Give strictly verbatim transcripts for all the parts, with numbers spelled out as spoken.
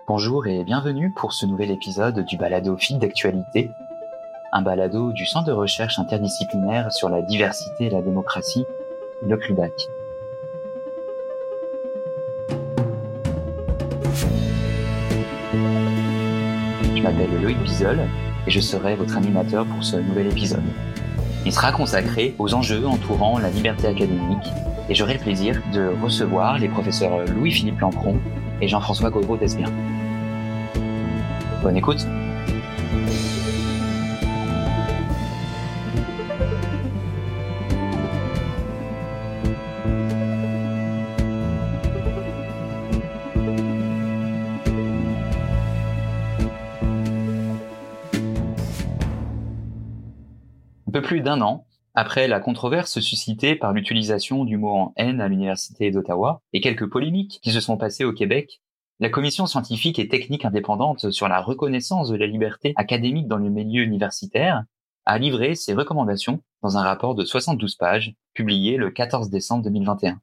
Bonjour et bienvenue pour ce nouvel épisode du balado Fil d'actualité, un balado du Centre de recherche interdisciplinaire sur la diversité et la démocratie, le C R I D A C. Je m'appelle Loïc Bizol et je serai votre animateur pour ce nouvel épisode. Il sera consacré aux enjeux entourant la liberté académique et j'aurai le plaisir de recevoir les professeurs Louis-Philippe Lampron et Jean-François Gaudreau-Desbiens. Bonne écoute. Un peu plus d'un an, après la controverse suscitée par l'utilisation du mot en haine à l'Université d'Ottawa et quelques polémiques qui se sont passées au Québec, la Commission scientifique et technique indépendante sur la reconnaissance de la liberté académique dans le milieu universitaire a livré ses recommandations dans un rapport de soixante-douze pages publié le quatorze décembre deux mille vingt et un.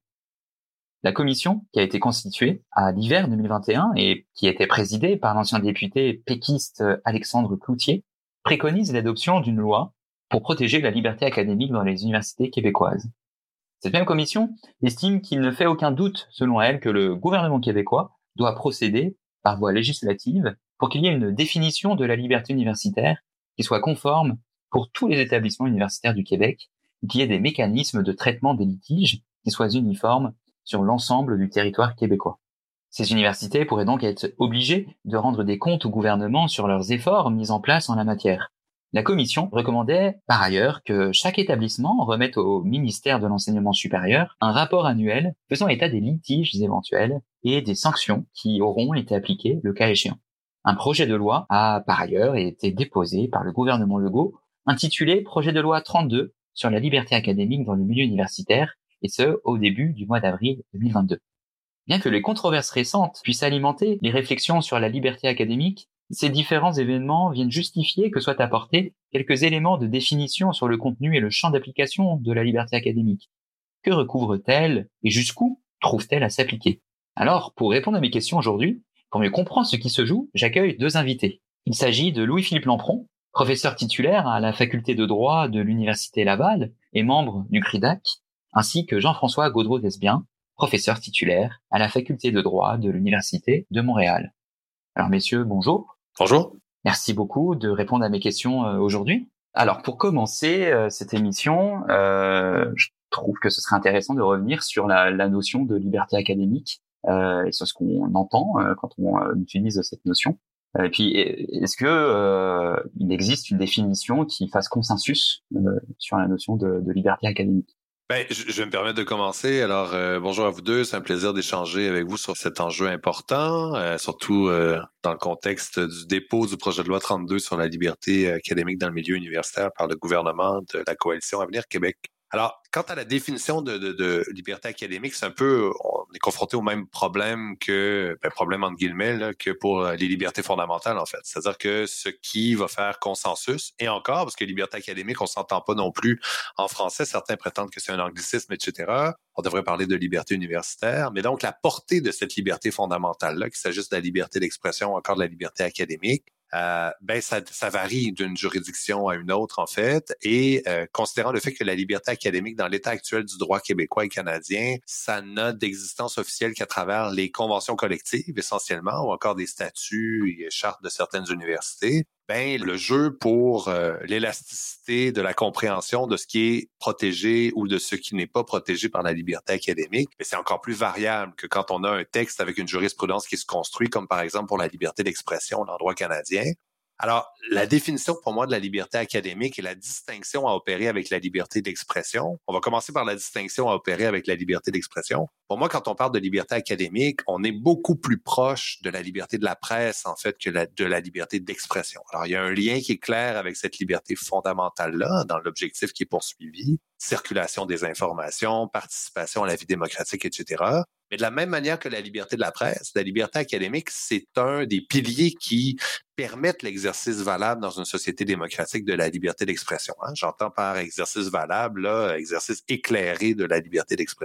La commission, qui a été constituée à l'hiver deux mille vingt et un et qui était présidée par l'ancien député péquiste Alexandre Cloutier, préconise l'adoption d'une loi pour protéger la liberté académique dans les universités québécoises. Cette même commission estime qu'il ne fait aucun doute, selon elle, que le gouvernement québécois doit procéder par voie législative pour qu'il y ait une définition de la liberté universitaire qui soit conforme pour tous les établissements universitaires du Québec et qu'il y ait des mécanismes de traitement des litiges qui soient uniformes sur l'ensemble du territoire québécois. Ces universités pourraient donc être obligées de rendre des comptes au gouvernement sur leurs efforts mis en place en la matière. La commission recommandait par ailleurs que chaque établissement remette au ministère de l'Enseignement supérieur un rapport annuel faisant état des litiges éventuels et des sanctions qui auront été appliquées le cas échéant. Un projet de loi a par ailleurs été déposé par le gouvernement Legault, intitulé Projet de loi trente-deux sur la liberté académique dans le milieu universitaire, et ce, au début du mois d'avril deux mille vingt-deux. Bien que les controverses récentes puissent alimenter les réflexions sur la liberté académique, ces différents événements viennent justifier que soient apportés quelques éléments de définition sur le contenu et le champ d'application de la liberté académique. Que recouvre-t-elle et jusqu'où trouve-t-elle à s'appliquer? Alors, pour répondre à mes questions aujourd'hui, pour mieux comprendre ce qui se joue, j'accueille deux invités. Il s'agit de Louis-Philippe Lampron, professeur titulaire à la faculté de droit de l'Université Laval et membre du C R I D A C, ainsi que Jean-François Gaudreau-Desbiens, professeur titulaire à la faculté de droit de l'Université de Montréal. Alors messieurs, bonjour. Bonjour. Merci beaucoup de répondre à mes questions euh, aujourd'hui. Alors pour commencer euh, cette émission, euh, je trouve que ce serait intéressant de revenir sur la, la notion de liberté académique euh, et sur ce qu'on entend euh, quand on euh, utilise cette notion. Et puis est-ce que euh, il existe une définition qui fasse consensus euh, sur la notion de, de liberté académique? Ben, je, je vais me permettre de commencer. Alors, euh, bonjour à vous deux. C'est un plaisir d'échanger avec vous sur cet enjeu important, euh, surtout euh, dans le contexte du dépôt du projet de loi trente-deux sur la liberté académique dans le milieu universitaire par le gouvernement de la Coalition Avenir Québec. Alors, quant à la définition de, de, de liberté académique, c'est un peu, on est confronté au même problème que, ben, problème entre guillemets, là, que pour les libertés fondamentales, en fait. C'est-à-dire que ce qui va faire consensus, et encore, parce que liberté académique, on s'entend pas non plus en français, certains prétendent que c'est un anglicisme, et cetera. On devrait parler de liberté universitaire, mais donc la portée de cette liberté fondamentale-là, qu'il s'agisse de la liberté d'expression ou encore de la liberté académique, Euh, ben ça, ça varie d'une juridiction à une autre en fait, et euh, considérant le fait que la liberté académique dans l'état actuel du droit québécois et canadien, ça n'a d'existence officielle qu'à travers les conventions collectives essentiellement, ou encore des statuts et chartes de certaines universités. Ben le jeu pour euh, l'élasticité de la compréhension de ce qui est protégé ou de ce qui n'est pas protégé par la liberté académique, ben, c'est encore plus variable que quand on a un texte avec une jurisprudence qui se construit, comme par exemple pour la liberté d'expression dans le droit canadien. Alors, la définition pour moi de la liberté académique et la distinction à opérer avec la liberté d'expression, on va commencer par la distinction à opérer avec la liberté d'expression. Pour moi, quand on parle de liberté académique, on est beaucoup plus proche de la liberté de la presse, en fait, que la, de la liberté d'expression. Alors, il y a un lien qui est clair avec cette liberté fondamentale-là, dans l'objectif qui est poursuivi, circulation des informations, participation à la vie démocratique, et cetera. Mais de la même manière que la liberté de la presse, la liberté académique, c'est un des piliers qui permettent l'exercice valable dans une société démocratique de la liberté d'expression. Hein? J'entends par exercice valable, là, exercice éclairé de la liberté d'expression.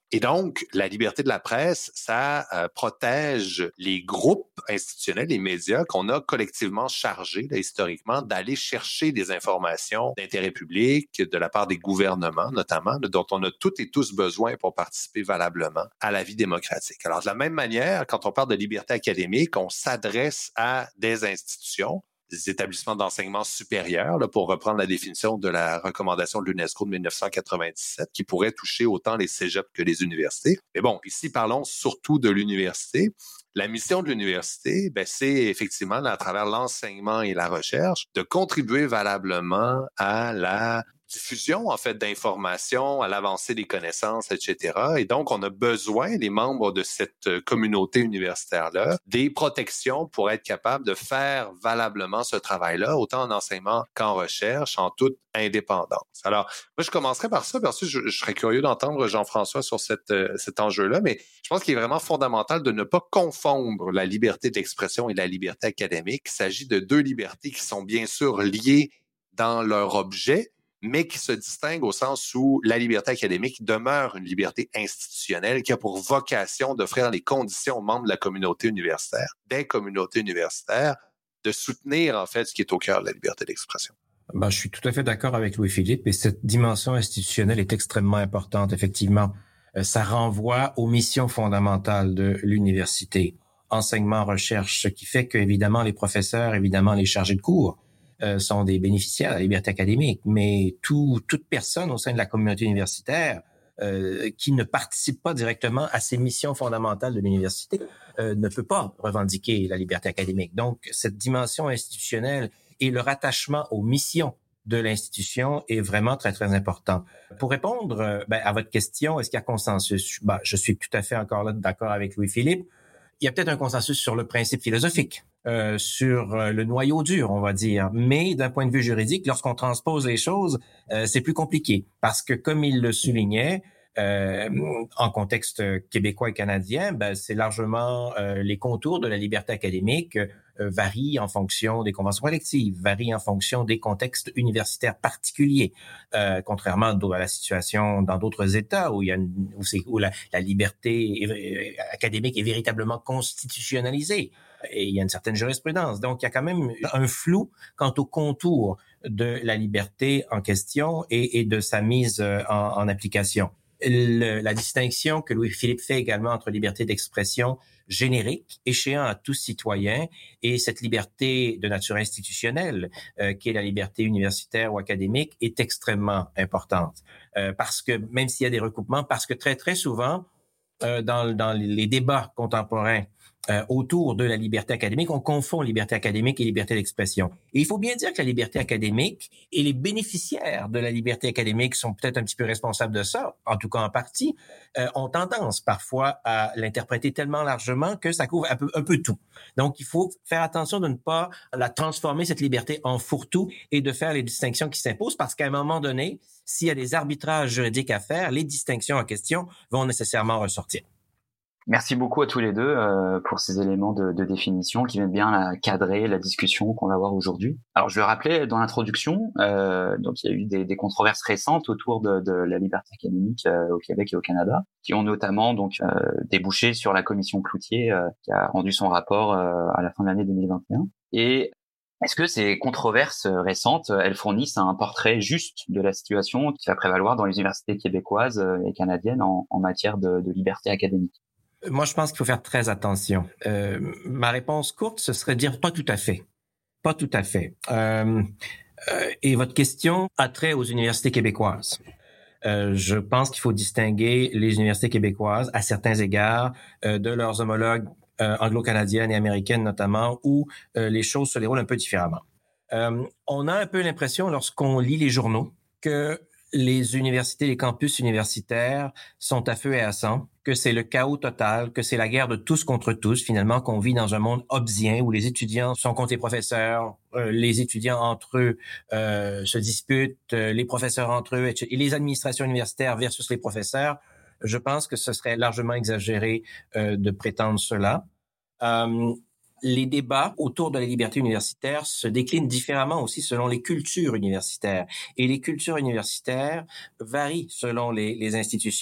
Et donc, la liberté de la presse, ça euh, protège les groupes institutionnels, les médias qu'on a collectivement chargés, là, historiquement, d'aller chercher des informations d'intérêt public de la part des gouvernements, notamment, là, dont on a toutes et tous besoin pour participer valablement à la vie démocratique. Alors, de la même manière, quand on parle de liberté académique, on s'adresse à des institutions, des établissements d'enseignement supérieur, là, pour reprendre la définition de la recommandation de l'UNESCO de mille neuf cent quatre-vingt-dix-sept, qui pourrait toucher autant les cégeps que les universités. Mais bon, ici, parlons surtout de l'université. La mission de l'université, ben, c'est effectivement, à travers l'enseignement et la recherche, de contribuer valablement à la diffusion, en fait, d'informations, à l'avancée des connaissances, et cetera. Et donc, on a besoin, les membres de cette communauté universitaire-là, des protections pour être capable de faire valablement ce travail-là, autant en enseignement qu'en recherche, en toute indépendance. Alors, moi, je commencerai par ça, parce que je, je serais curieux d'entendre Jean-François sur cette, euh, cet enjeu-là, mais je pense qu'il est vraiment fondamental de ne pas confondre la liberté d'expression et la liberté académique. Il s'agit de deux libertés qui sont bien sûr liées dans leur objet, mais qui se distingue au sens où la liberté académique demeure une liberté institutionnelle qui a pour vocation d'offrir les conditions aux membres de la communauté universitaire, des communautés universitaires, de soutenir en fait ce qui est au cœur de la liberté d'expression. Ben, je suis tout à fait d'accord avec Louis-Philippe et cette dimension institutionnelle est extrêmement importante, effectivement. Euh, ça renvoie aux missions fondamentales de l'université, enseignement, recherche, ce qui fait que, évidemment, les professeurs, évidemment, les chargés de cours, Euh, sont des bénéficiaires de la liberté académique, mais tout, toute personne au sein de la communauté universitaire euh, qui ne participe pas directement à ces missions fondamentales de l'université euh, ne peut pas revendiquer la liberté académique. Donc, cette dimension institutionnelle et le rattachement aux missions de l'institution est vraiment très, très important. Pour répondre euh, ben, à votre question, est-ce qu'il y a consensus? Ben, je suis tout à fait encore là d'accord avec Louis-Philippe. Il y a peut-être un consensus sur le principe philosophique, euh, sur euh, le noyau dur, on va dire. Mais d'un point de vue juridique, lorsqu'on transpose les choses, euh, c'est plus compliqué. Parce que, comme il le soulignait, euh, en contexte québécois et canadien, ben, c'est largement euh, les contours de la liberté académique euh, varient en fonction des conventions collectives, varient en fonction des contextes universitaires particuliers, euh, contrairement à la situation dans d'autres États où il y a une, où, c'est, où la, la liberté est, académique est véritablement constitutionnalisée et il y a une certaine jurisprudence. Donc, il y a quand même un flou quant aux contours de la liberté en question et, et de sa mise en, en application. Le, la distinction que Louis-Philippe fait également entre liberté d'expression générique, échéant à tout citoyen, et cette liberté de nature institutionnelle, euh, qui est la liberté universitaire ou académique, est extrêmement importante. Euh, parce que, même s'il y a des recoupements, parce que très, très souvent, euh, dans, dans les débats contemporains, Euh, autour de la liberté académique, on confond liberté académique et liberté d'expression. Et il faut bien dire que la liberté académique et les bénéficiaires de la liberté académique sont peut-être un petit peu responsables de ça, en tout cas en partie, euh, ont tendance parfois à l'interpréter tellement largement que ça couvre un peu, un peu tout. Donc, il faut faire attention de ne pas la transformer, cette liberté, en fourre-tout et de faire les distinctions qui s'imposent parce qu'à un moment donné, s'il y a des arbitrages juridiques à faire, les distinctions en question vont nécessairement ressortir. Merci beaucoup à tous les deux euh, pour ces éléments de, de définition qui viennent bien là, cadrer la discussion qu'on va avoir aujourd'hui. Alors je le rappelais dans l'introduction, euh, donc il y a eu des, des controverses récentes autour de, de la liberté académique euh, au Québec et au Canada, qui ont notamment donc euh, débouché sur la commission Cloutier euh, qui a rendu son rapport euh, à la fin de l'année deux mille vingt et un. Et est-ce que ces controverses récentes, elles fournissent un portrait juste de la situation qui va prévaloir dans les universités québécoises et canadiennes en, en matière de, de liberté académique? Moi, je pense qu'il faut faire très attention. Euh, ma réponse courte, ce serait de dire pas tout à fait. Pas tout à fait. Euh, euh, et votre question a trait aux universités québécoises. Euh, je pense qu'il faut distinguer les universités québécoises, à certains égards, euh, de leurs homologues euh, anglo-canadiennes et américaines notamment, où euh, les choses se déroulent un peu différemment. Euh, on a un peu l'impression, lorsqu'on lit les journaux, que les universités, les campus universitaires sont à feu et à sang, que c'est le chaos total, que c'est la guerre de tous contre tous, finalement, qu'on vit dans un monde hobbesien où les étudiants sont contre les professeurs, euh, les étudiants entre eux euh, se disputent, euh, les professeurs entre eux, et cetera, et les administrations universitaires versus les professeurs. Je pense que ce serait largement exagéré euh, de prétendre cela. Euh, Les débats autour de la liberté universitaire se déclinent différemment aussi selon les cultures universitaires. Et les cultures universitaires varient selon les, les institutions.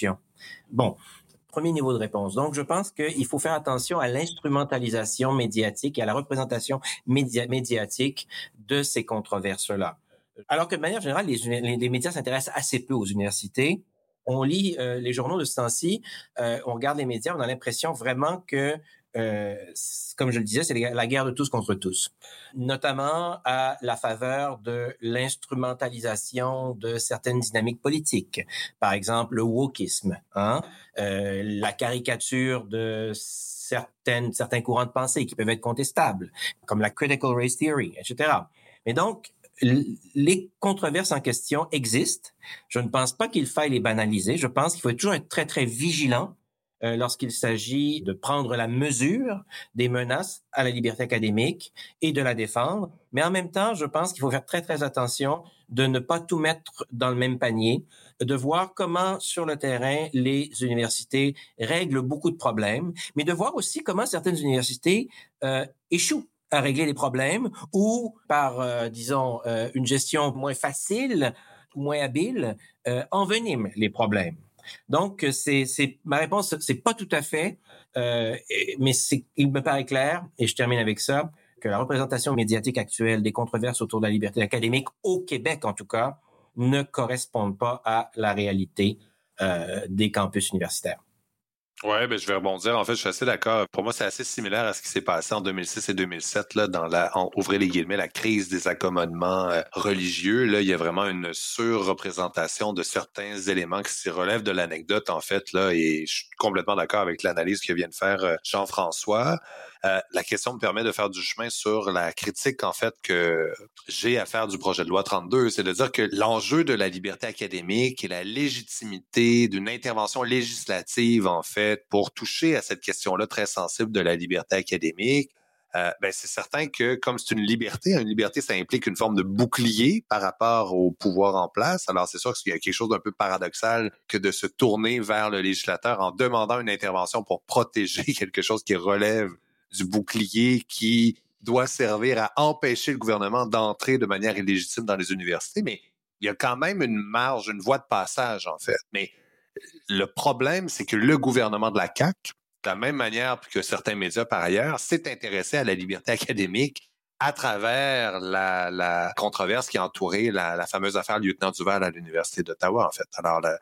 Bon, premier niveau de réponse. Donc, je pense qu'il faut faire attention à l'instrumentalisation médiatique et à la représentation média- médiatique de ces controverses-là. Alors que de manière générale, les, les, les médias s'intéressent assez peu aux universités. On lit euh, les journaux de ce temps-ci, euh, on regarde les médias, on a l'impression vraiment que, euh, comme je le disais, c'est la guerre de tous contre tous, notamment à la faveur de l'instrumentalisation de certaines dynamiques politiques. Par exemple, le wokisme, hein, euh, la caricature de certaines, certains courants de pensée qui peuvent être contestables, comme la critical race theory, et cetera. Mais donc, les controverses en question existent. Je ne pense pas qu'il faille les banaliser. Je pense qu'il faut toujours être très, très vigilant euh, lorsqu'il s'agit de prendre la mesure des menaces à la liberté académique et de la défendre. Mais en même temps, je pense qu'il faut faire très, très attention de ne pas tout mettre dans le même panier, de voir comment, sur le terrain, les universités règlent beaucoup de problèmes, mais de voir aussi comment certaines universités euh, échouent à régler les problèmes ou par, euh, disons, euh, une gestion moins facile, moins habile, euh, envenime les problèmes. Donc, c'est, c'est ma réponse, c'est pas tout à fait, euh, mais c'est, il me paraît clair, et je termine avec ça, que la représentation médiatique actuelle des controverses autour de la liberté académique, au Québec en tout cas, ne correspondent pas à la réalité euh, des campus universitaires. Ouais, ben je vais rebondir. En fait, je suis assez d'accord. Pour moi, c'est assez similaire à ce qui s'est passé en deux mille six et deux mille sept là, dans la, en, ouvrez les guillemets, la crise des accommodements euh, religieux. Là, il y a vraiment une surreprésentation de certains éléments qui s'y relèvent de l'anecdote, en fait. Là, et je suis complètement d'accord avec l'analyse que vient de faire euh, Jean-François. Euh, la question me permet de faire du chemin sur la critique, en fait, que j'ai à faire du projet de loi trente-deux. C'est de dire que l'enjeu de la liberté académique et la légitimité d'une intervention législative, en fait, pour toucher à cette question-là très sensible de la liberté académique, euh, ben c'est certain que comme c'est une liberté, une liberté, ça implique une forme de bouclier par rapport au pouvoir en place. Alors c'est sûr qu'il y a quelque chose d'un peu paradoxal que de se tourner vers le législateur en demandant une intervention pour protéger quelque chose qui relève du bouclier qui doit servir à empêcher le gouvernement d'entrer de manière illégitime dans les universités. Mais il y a quand même une marge, une voie de passage, en fait. Mais le problème, c'est que le gouvernement de la C A Q, de la même manière que certains médias par ailleurs, s'est intéressé à la liberté académique à travers la, la controverse qui a entouré la, la fameuse affaire Lieutenant Duval à l'Université d'Ottawa, en fait. Alors, la,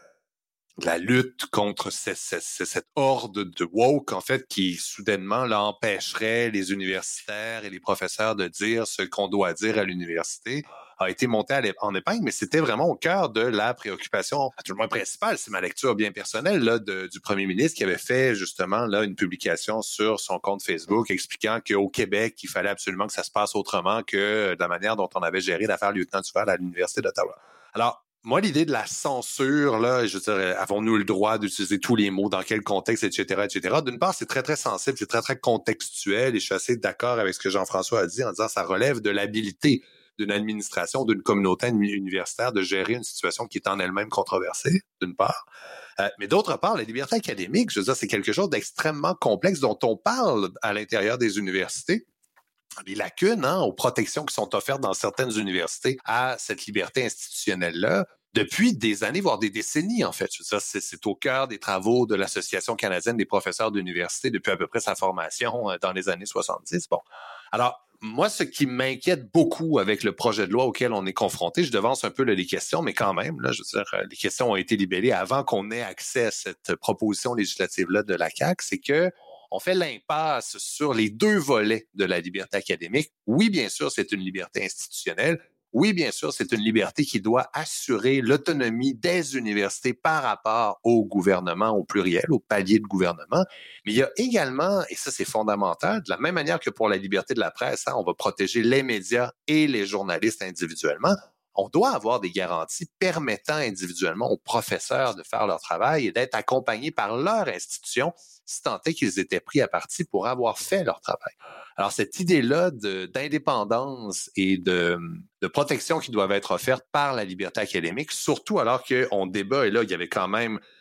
la lutte contre ce, ce, ce, cette horde de woke, en fait, qui soudainement là, empêcherait les universitaires et les professeurs de dire ce qu'on doit dire à l'université, a été montée en épingle, mais c'était vraiment au cœur de la préoccupation, à tout le moins principale, c'est ma lecture bien personnelle là, de, du premier ministre qui avait fait justement là une publication sur son compte Facebook expliquant qu'au Québec, il fallait absolument que ça se passe autrement que de la manière dont on avait géré l'affaire Lieutenant Duval à l'Université d'Ottawa. Alors, moi, l'idée de la censure, là, je veux dire, avons-nous le droit d'utiliser tous les mots, dans quel contexte, et cetera, et cetera. D'une part, c'est très, très sensible, c'est très, très contextuel, et je suis assez d'accord avec ce que Jean-François a dit en disant que ça relève de l'habilité d'une administration, d'une communauté universitaire de gérer une situation qui est en elle-même controversée, d'une part. Euh, mais d'autre part, la liberté académique, je veux dire, c'est quelque chose d'extrêmement complexe dont on parle à l'intérieur des universités. Les lacunes hein, aux protections qui sont offertes dans certaines universités à cette liberté institutionnelle-là depuis des années, voire des décennies, en fait. Je veux dire, c'est, c'est au cœur des travaux de l'Association canadienne des professeurs d'université depuis à peu près sa formation euh, dans les années soixante-dix. Bon. Alors, moi, ce qui m'inquiète beaucoup avec le projet de loi auquel on est confronté, je devance un peu là, les questions, mais quand même, là, je veux dire, les questions ont été libellées avant qu'on ait accès à cette proposition législative-là de la C A Q, c'est que on fait l'impasse sur les deux volets de la liberté académique. Oui, bien sûr, c'est une liberté institutionnelle. Oui, bien sûr, c'est une liberté qui doit assurer l'autonomie des universités par rapport au gouvernement, au pluriel, au palier de gouvernement. Mais il y a également, et ça c'est fondamental, de la même manière que pour la liberté de la presse, hein, on va protéger les médias et les journalistes individuellement. On doit avoir des garanties permettant individuellement aux professeurs de faire leur travail et d'être accompagnés par leur institution si tant est qu'ils étaient pris à partie pour avoir fait leur travail. Alors, cette idée-là de, d'indépendance et de, de protection qui doivent être offertes par la liberté académique, surtout alors qu'on débat, et là, il y avait quand même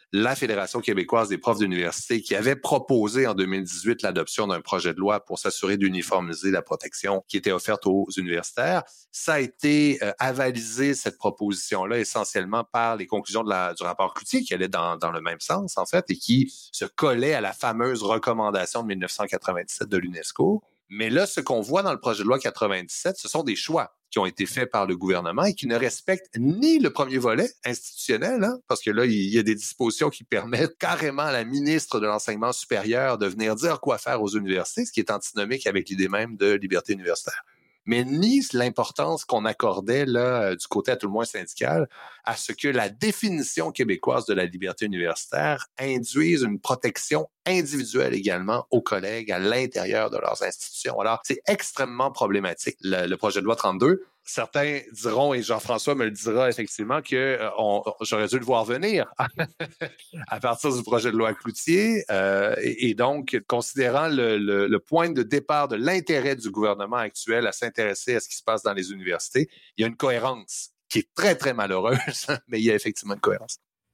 la Fédération québécoise des profs d'université qui avait proposé en deux mille dix-huit l'adoption d'un projet de loi pour s'assurer d'uniformiser la protection qui était offerte aux universitaires. Ça a été euh, avalisé, cette proposition-là, essentiellement par les conclusions de la, du rapport Cloutier, qui allait dans, dans le même sens, en fait, et qui se collait à la fameuse recommandation de mille neuf cent quatre-vingt-dix-sept de l'UNESCO. Mais là, ce qu'on voit dans le projet de loi quatre-vingt-dix-sept, ce sont des choix qui ont été faits par le gouvernement et qui ne respectent ni le premier volet institutionnel, hein, parce que là, il y a des dispositions qui permettent carrément à la ministre de l'Enseignement supérieur de venir dire quoi faire aux universités, ce qui est antinomique avec l'idée même de liberté universitaire. Mais ni l'importance qu'on accordait là du côté à tout le moins syndical à ce que la définition québécoise de la liberté universitaire induise une protection individuelle également aux collègues à l'intérieur de leurs institutions. Alors, c'est extrêmement problématique. Le, le projet de loi trente-deux, certains diront, et Jean-François me le dira effectivement, que euh, on, j'aurais dû le voir venir à partir du projet de loi Cloutier. Euh, et, et donc, considérant le, le, le point de départ de l'intérêt du gouvernement actuel à s'intéresser à ce qui se passe dans les universités, il y a une cohérence qui est très, très malheureuse, mais il y a effectivement une cohérence.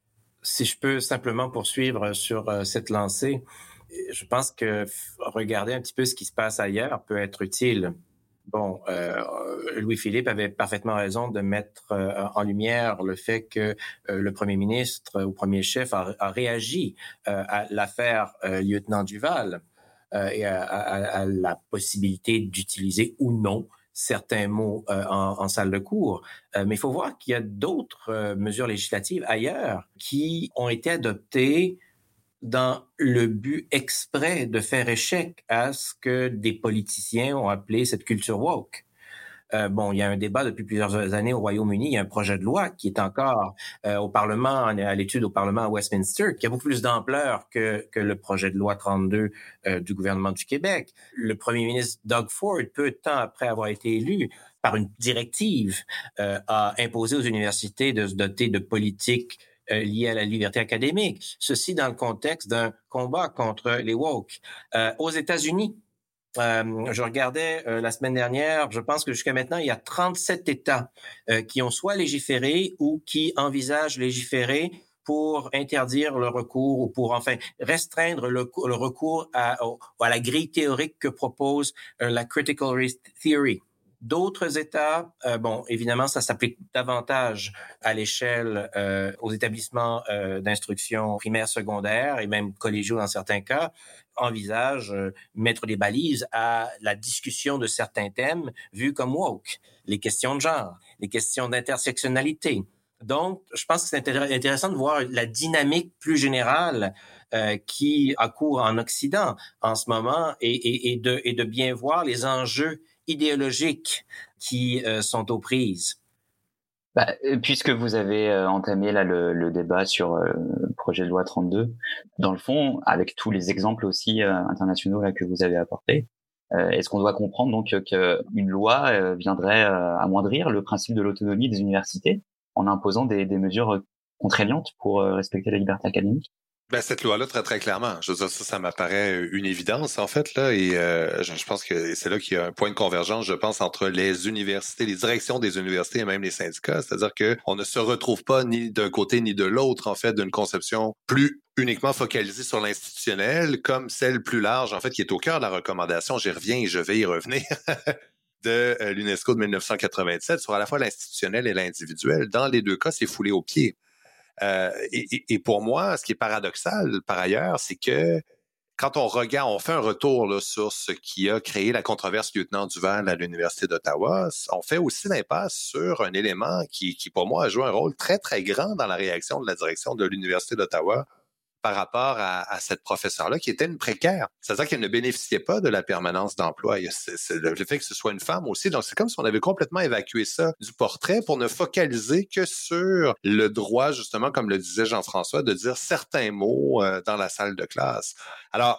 Si je peux simplement poursuivre sur euh, cette lancée, je pense que regarder un petit peu ce qui se passe ailleurs peut être utile. Bon, euh, Louis-Philippe avait parfaitement raison de mettre euh, en lumière le fait que euh, le premier ministre ou premier chef a, a réagi euh, à l'affaire euh, lieutenant Duval euh, et à, à, à la possibilité d'utiliser ou non certains mots euh, en, en salle de cours. Euh, mais il faut voir qu'il y a d'autres euh, mesures législatives ailleurs qui ont été adoptées dans le but exprès de faire échec à ce que des politiciens ont appelé cette culture woke. Euh, bon, il y a un débat depuis plusieurs années au Royaume-Uni. Il y a un projet de loi qui est encore euh, au Parlement, à l'étude au Parlement à Westminster, qui a beaucoup plus d'ampleur que, que le projet de loi trente-deux euh, du gouvernement du Québec. Le premier ministre Doug Ford, peu de temps après avoir été élu, par une directive, euh, a imposé aux universités de se doter de politiques euh, liées à la liberté académique. Ceci dans le contexte d'un combat contre les woke. Euh, aux États-Unis, Euh, je regardais euh, la semaine dernière, je pense que jusqu'à maintenant, il y a trente-sept États euh, qui ont soit légiféré ou qui envisagent légiférer pour interdire le recours ou pour enfin restreindre le, le recours à, à la grille théorique que propose euh, la Critical Race Theory. D'autres États, euh, bon, évidemment, ça s'applique davantage à l'échelle euh, aux établissements euh, d'instruction primaire, secondaire et même collégiaux dans certains cas, envisagent euh, mettre des balises à la discussion de certains thèmes vus comme woke, les questions de genre, les questions d'intersectionnalité. Donc, je pense que c'est intéressant de voir la dynamique plus générale euh, qui a cours en Occident en ce moment et, et, et, de, et de bien voir les enjeux idéologiques qui euh, sont aux prises. Bah, puisque vous avez euh, entamé là le, le débat sur euh, le projet de loi trente-deux, dans le fond, avec tous les exemples aussi euh, internationaux là que vous avez apportés, euh, est-ce qu'on doit comprendre donc qu'une loi euh, viendrait euh, amoindrir le principe de l'autonomie des universités en imposant des, des mesures contraignantes pour euh, respecter la liberté académique? Ben, cette loi-là, très, très clairement. Je veux dire, ça, ça m'apparaît une évidence, en fait, là, et euh, je, je pense que c'est là qu'il y a un point de convergence, je pense, entre les universités, les directions des universités et même les syndicats. C'est-à-dire que on ne se retrouve pas ni d'un côté ni de l'autre, en fait, d'une conception plus uniquement focalisée sur l'institutionnel, comme celle plus large, en fait, qui est au cœur de la recommandation. J'y reviens et je vais y revenir. de euh, l'UNESCO de mille neuf cent quatre-vingt-sept sur à la fois l'institutionnel et l'individuel. Dans les deux cas, c'est foulé aux pieds. Euh, et, et pour moi, ce qui est paradoxal, par ailleurs, c'est que quand on regarde, on fait un retour là, sur ce qui a créé la controverse lieutenant Duval à l'Université d'Ottawa, on fait aussi l'impasse sur un élément qui, qui, pour moi, a joué un rôle très, très grand dans la réaction de la direction de l'Université d'Ottawa par rapport à, à cette professeure-là, qui était une précaire. C'est-à-dire qu'elle ne bénéficiait pas de la permanence d'emploi. C'est, c'est le fait que ce soit une femme aussi. Donc, c'est comme si on avait complètement évacué ça du portrait pour ne focaliser que sur le droit, justement, comme le disait Jean-François, de dire certains mots euh, dans la salle de classe. Alors,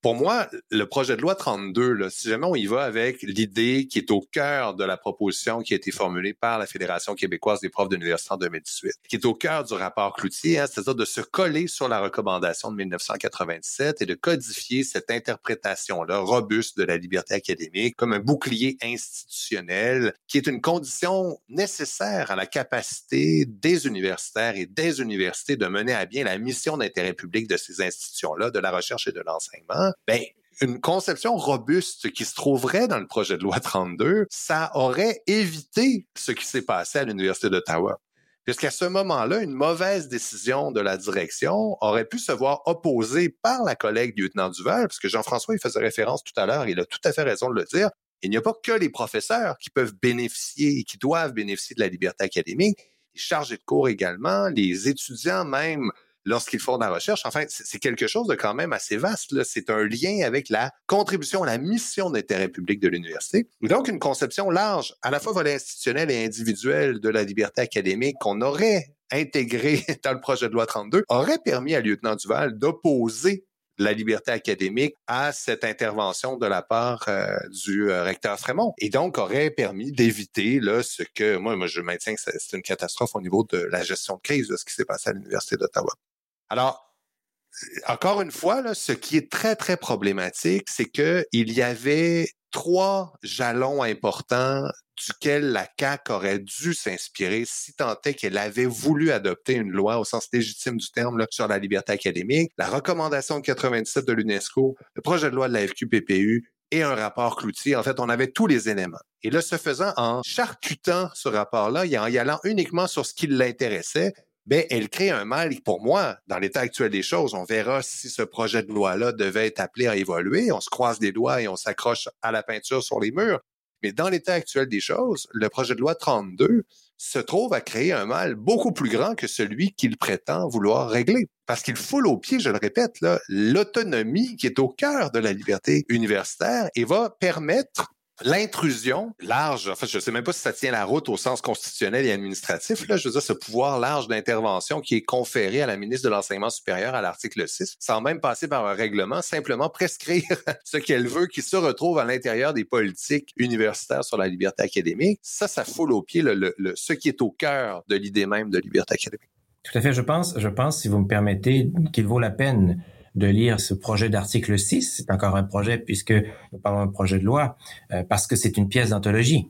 pour moi, le projet de loi trente-deux, là, si jamais on y va avec l'idée qui est au cœur de la proposition qui a été formulée par la Fédération québécoise des profs d'université en deux mille dix-huit, qui est au cœur du rapport Cloutier, hein, c'est-à-dire de se coller sur la recommandation de dix-neuf cent quatre-vingt-dix-sept et de codifier cette interprétation-là robuste de la liberté académique comme un bouclier institutionnel qui est une condition nécessaire à la capacité des universitaires et des universités de mener à bien la mission d'intérêt public de ces institutions-là, de la recherche et de l'enseignement. Ben, une conception robuste qui se trouverait dans le projet de loi trente-deux, ça aurait évité ce qui s'est passé à l'Université d'Ottawa. Puisqu'à ce moment-là, une mauvaise décision de la direction aurait pu se voir opposée par la collègue lieutenant Duval, parce que Jean-François, il faisait référence tout à l'heure, il a tout à fait raison de le dire, il n'y a pas que les professeurs qui peuvent bénéficier et qui doivent bénéficier de la liberté académique, les chargés de cours également, les étudiants même, lorsqu'ils font de la recherche. Enfin, c'est quelque chose de quand même assez vaste, là. C'est un lien avec la contribution à la mission d'intérêt public de l'université. Donc, une conception large, à la fois volet institutionnel et individuel de la liberté académique qu'on aurait intégrée dans le projet de loi trente-deux, aurait permis à lieutenant Duval d'opposer la liberté académique à cette intervention de la part euh, du euh, recteur Frémont. Et donc, aurait permis d'éviter là ce que, moi, moi je maintiens que c'est une catastrophe au niveau de la gestion de crise de ce qui s'est passé à l'Université d'Ottawa. Alors, encore une fois, là, ce qui est très, très problématique, c'est que il y avait trois jalons importants duquel la C A Q aurait dû s'inspirer si tant est qu'elle avait voulu adopter une loi au sens légitime du terme là, sur la liberté académique, la recommandation de quatre-vingt-dix-sept de l'UNESCO, le projet de loi de la F Q P P U et un rapport Cloutier. En fait, on avait tous les éléments. Et là, ce faisant, en charcutant ce rapport-là et en y allant uniquement sur ce qui l'intéressait, ben, elle crée un mal pour moi, dans l'état actuel des choses. On verra si ce projet de loi-là devait être appelé à évoluer. On se croise les doigts et on s'accroche à la peinture sur les murs. Mais dans l'état actuel des choses, le projet de loi trente-deux se trouve à créer un mal beaucoup plus grand que celui qu'il prétend vouloir régler. Parce qu'il foule aux pieds, je le répète, là, l'autonomie qui est au cœur de la liberté universitaire et va permettre l'intrusion large, en fait, je ne sais même pas si ça tient la route au sens constitutionnel et administratif, là, je veux dire, ce pouvoir large d'intervention qui est conféré à la ministre de l'Enseignement supérieur à l'article six, sans même passer par un règlement, simplement prescrire ce qu'elle veut qui se retrouve à l'intérieur des politiques universitaires sur la liberté académique. Ça, ça foule aux pieds le, le, le, ce qui est au cœur de l'idée même de liberté académique. Tout à fait. Je pense, je pense, si vous me permettez, qu'il vaut la peine de lire ce projet d'article six. C'est encore un projet puisque nous parlons d'un projet de loi, euh, parce que c'est une pièce d'anthologie.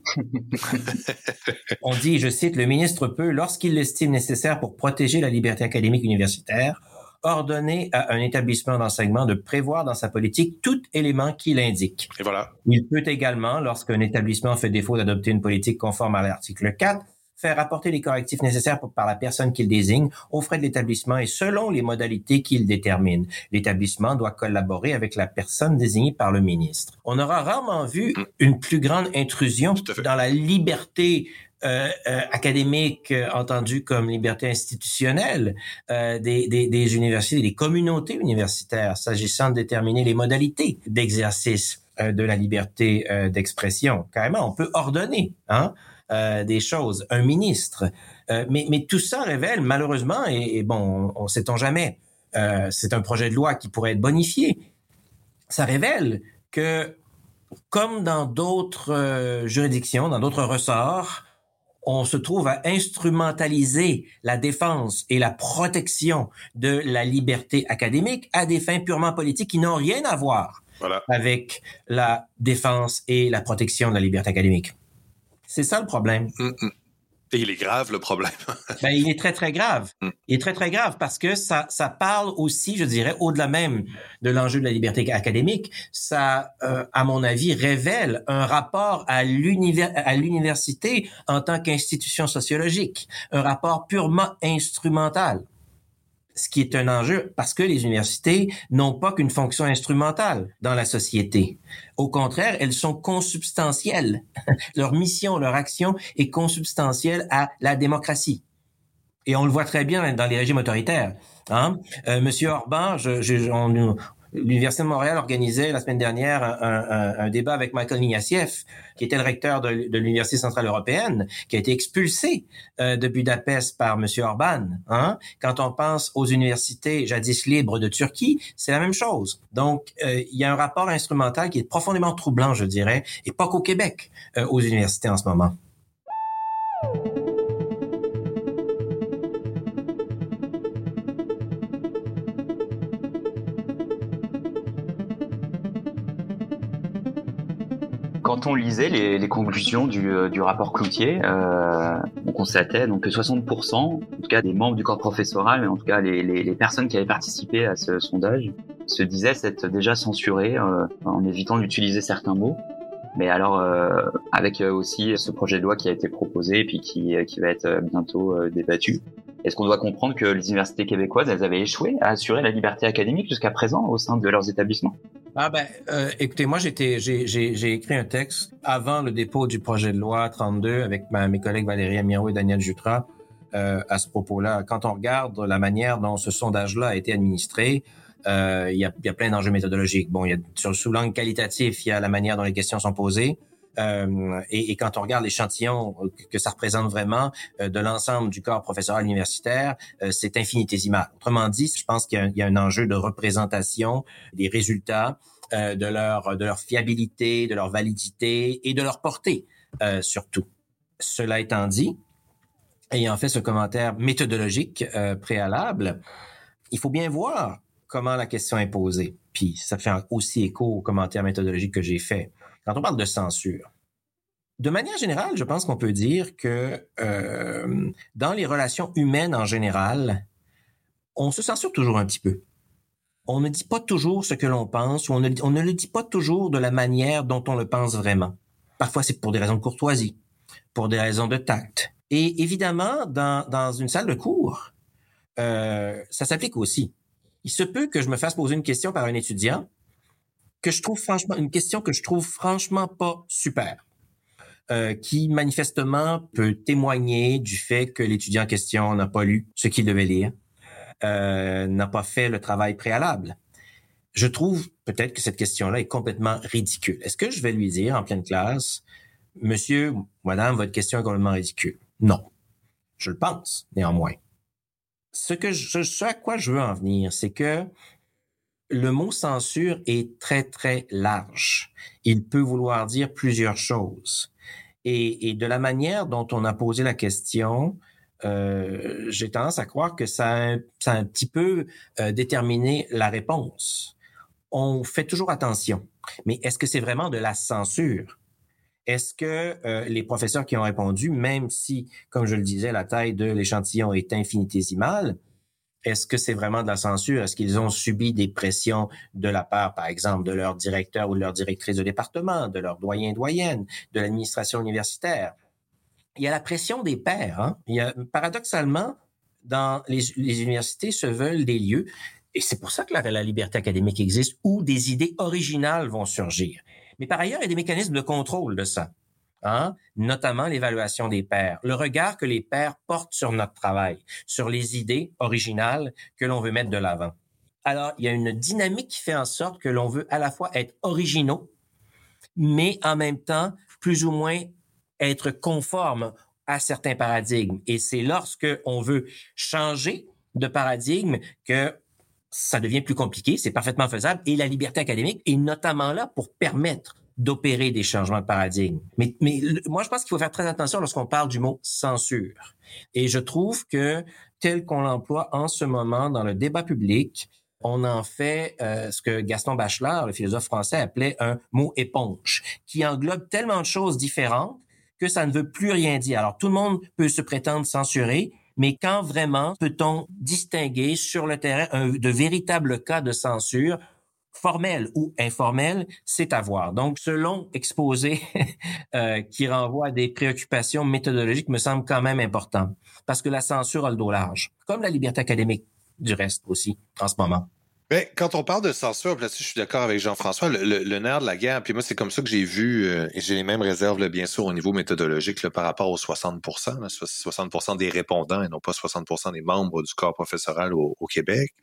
On dit, je cite, « Le ministre peut, lorsqu'il l'estime nécessaire pour protéger la liberté académique universitaire, ordonner à un établissement d'enseignement de prévoir dans sa politique tout élément qui l'indique. » Et voilà. Il peut également, lorsqu'un établissement fait défaut d'adopter une politique conforme à l'article quatre, faire apporter les correctifs nécessaires pour, par la personne qu'il désigne aux frais de l'établissement et selon les modalités qu'il détermine. L'établissement doit collaborer avec la personne désignée par le ministre. On aura rarement vu une plus grande intrusion dans la liberté euh, euh, académique, euh, entendue comme liberté institutionnelle euh, des, des, des universités, des communautés universitaires, s'agissant de déterminer les modalités d'exercice euh, de la liberté euh, d'expression. Carrément, on peut ordonner, hein, Euh, des choses, un ministre. Euh, mais, mais tout ça révèle, malheureusement, et, et bon, on ne sait-on jamais, euh, c'est un projet de loi qui pourrait être bonifié. Ça révèle que, comme dans d'autres euh, juridictions, dans d'autres ressorts, on se trouve à instrumentaliser la défense et la protection de la liberté académique à des fins purement politiques qui n'ont rien à voir voilà. avec la défense et la protection de la liberté académique. C'est ça le problème. Mm-mm. Et il est grave, le problème. Ben, il est très, très grave. Mm. Il est très, très grave parce que ça, ça parle aussi, je dirais, au-delà même de l'enjeu de la liberté académique. Ça, euh, à mon avis, révèle un rapport à, l'univers, à l'université en tant qu'institution sociologique. Un rapport purement instrumental. Ce qui est un enjeu parce que les universités n'ont pas qu'une fonction instrumentale dans la société. Au contraire, elles sont consubstantielles. Leur mission, leur action est consubstantielle à la démocratie. Et on le voit très bien dans les régimes autoritaires. Hein? Euh, Monsieur Orban, je, je, on, L'Université de Montréal organisait la semaine dernière un, un, un débat avec Michael Ignatieff, qui était le recteur de, de l'Université centrale européenne, qui a été expulsé euh, de Budapest par M. Orban. Hein? Quand on pense aux universités jadis libres de Turquie, c'est la même chose. Donc, euh, il y a un rapport instrumental qui est profondément troublant, je dirais, et pas qu'au Québec, euh, aux universités en ce moment. Quand on lisait les, les conclusions du, du rapport Cloutier, euh, on constatait donc que soixante pour cent, en tout cas des membres du corps professoral, mais en tout cas les, les, les personnes qui avaient participé à ce sondage, se disaient s'être déjà censurées euh, en évitant d'utiliser certains mots. Mais alors, euh, avec aussi ce projet de loi qui a été proposé et puis qui, qui va être bientôt euh, débattu, est-ce qu'on doit comprendre que les universités québécoises, elles avaient échoué à assurer la liberté académique jusqu'à présent au sein de leurs établissements? Ah ben, euh, écoutez, moi j'étais, j'ai, j'ai, j'ai écrit un texte avant le dépôt du projet de loi trente-deux avec ma, mes collègues Valérie Amiro et Daniel Jutras euh, à ce propos-là. Quand on regarde la manière dont ce sondage-là a été administré, euh, il y a, il y a plein d'enjeux méthodologiques. Bon, il y a sur sous l'angle qualitatif, il y a la manière dont les questions sont posées. Euh, et, et quand on regarde l'échantillon que ça représente vraiment euh, de l'ensemble du corps professoral universitaire, euh, c'est infinitésimal. Autrement dit, je pense qu'il y a, il y a un enjeu de représentation des résultats, euh, de leur de leur fiabilité, de leur validité et de leur portée, euh, surtout. Cela étant dit, ayant fait ce commentaire méthodologique euh, préalable, il faut bien voir comment la question est posée. Puis ça fait aussi écho au commentaire méthodologique que j'ai fait. Quand on parle de censure, de manière générale, je pense qu'on peut dire que euh, dans les relations humaines en général, on se censure toujours un petit peu. On ne dit pas toujours ce que l'on pense ou on ne, on ne le dit pas toujours de la manière dont on le pense vraiment. Parfois, c'est pour des raisons de courtoisie, pour des raisons de tact. Et évidemment, dans, dans une salle de cours, euh, ça s'applique aussi. Il se peut que je me fasse poser une question par un étudiant que je trouve franchement, une question que je trouve franchement pas super, euh, qui manifestement peut témoigner du fait que l'étudiant en question n'a pas lu ce qu'il devait lire, euh, n'a pas fait le travail préalable. Je trouve peut-être que cette question-là est complètement ridicule. Est-ce que je vais lui dire en pleine classe, monsieur, madame, votre question est complètement ridicule? Non. Je le pense, néanmoins. Ce que je, ce à quoi je veux en venir, c'est que le mot censure est très, très large. Il peut vouloir dire plusieurs choses. Et, et de la manière dont on a posé la question, euh, j'ai tendance à croire que ça a, ça a un petit peu euh, déterminé la réponse. On fait toujours attention. Mais est-ce que c'est vraiment de la censure? Est-ce que euh, les professeurs qui ont répondu, même si, comme je le disais, la taille de l'échantillon est infinitésimale, est-ce que c'est vraiment de la censure? Est-ce qu'ils ont subi des pressions de la part, par exemple, de leur directeur ou de leur directrice de département, de leur doyen doyenne, de l'administration universitaire? Il y a la pression des pairs. Hein? Il y a, paradoxalement, dans les, les universités se veulent des lieux, et c'est pour ça que la, la liberté académique existe, où des idées originales vont surgir. Mais par ailleurs, il y a des mécanismes de contrôle de ça. Hein? Notamment l'évaluation des pairs, le regard que les pairs portent sur notre travail, sur les idées originales que l'on veut mettre de l'avant. Alors, il y a une dynamique qui fait en sorte que l'on veut à la fois être originaux, mais en même temps, plus ou moins être conforme à certains paradigmes. Et c'est lorsque on veut changer de paradigme que ça devient plus compliqué, c'est parfaitement faisable, et la liberté académique est notamment là pour permettre d'opérer des changements de paradigme. Mais, mais moi, je pense qu'il faut faire très attention lorsqu'on parle du mot censure. Et je trouve que tel qu'on l'emploie en ce moment dans le débat public, on en fait euh, ce que Gaston Bachelard, le philosophe français, appelait un mot éponge, qui englobe tellement de choses différentes que ça ne veut plus rien dire. Alors, tout le monde peut se prétendre censuré, mais quand vraiment peut-on distinguer sur le terrain un, de véritables cas de censure formel ou informel, c'est à voir. Donc, ce long exposé euh, qui renvoie à des préoccupations méthodologiques me semble quand même important, parce que la censure a le dos large, comme la liberté académique, du reste aussi, en ce moment. Mais quand on parle de censure, là-dessus, je suis d'accord avec Jean-François, le, le, le nerf de la guerre, puis moi, c'est comme ça que j'ai vu, euh, et j'ai les mêmes réserves, là, bien sûr, au niveau méthodologique, là, par rapport aux soixante pour cent, là, soixante pour cent des répondants et non pas soixante pour cent des membres du corps professoral au, au Québec.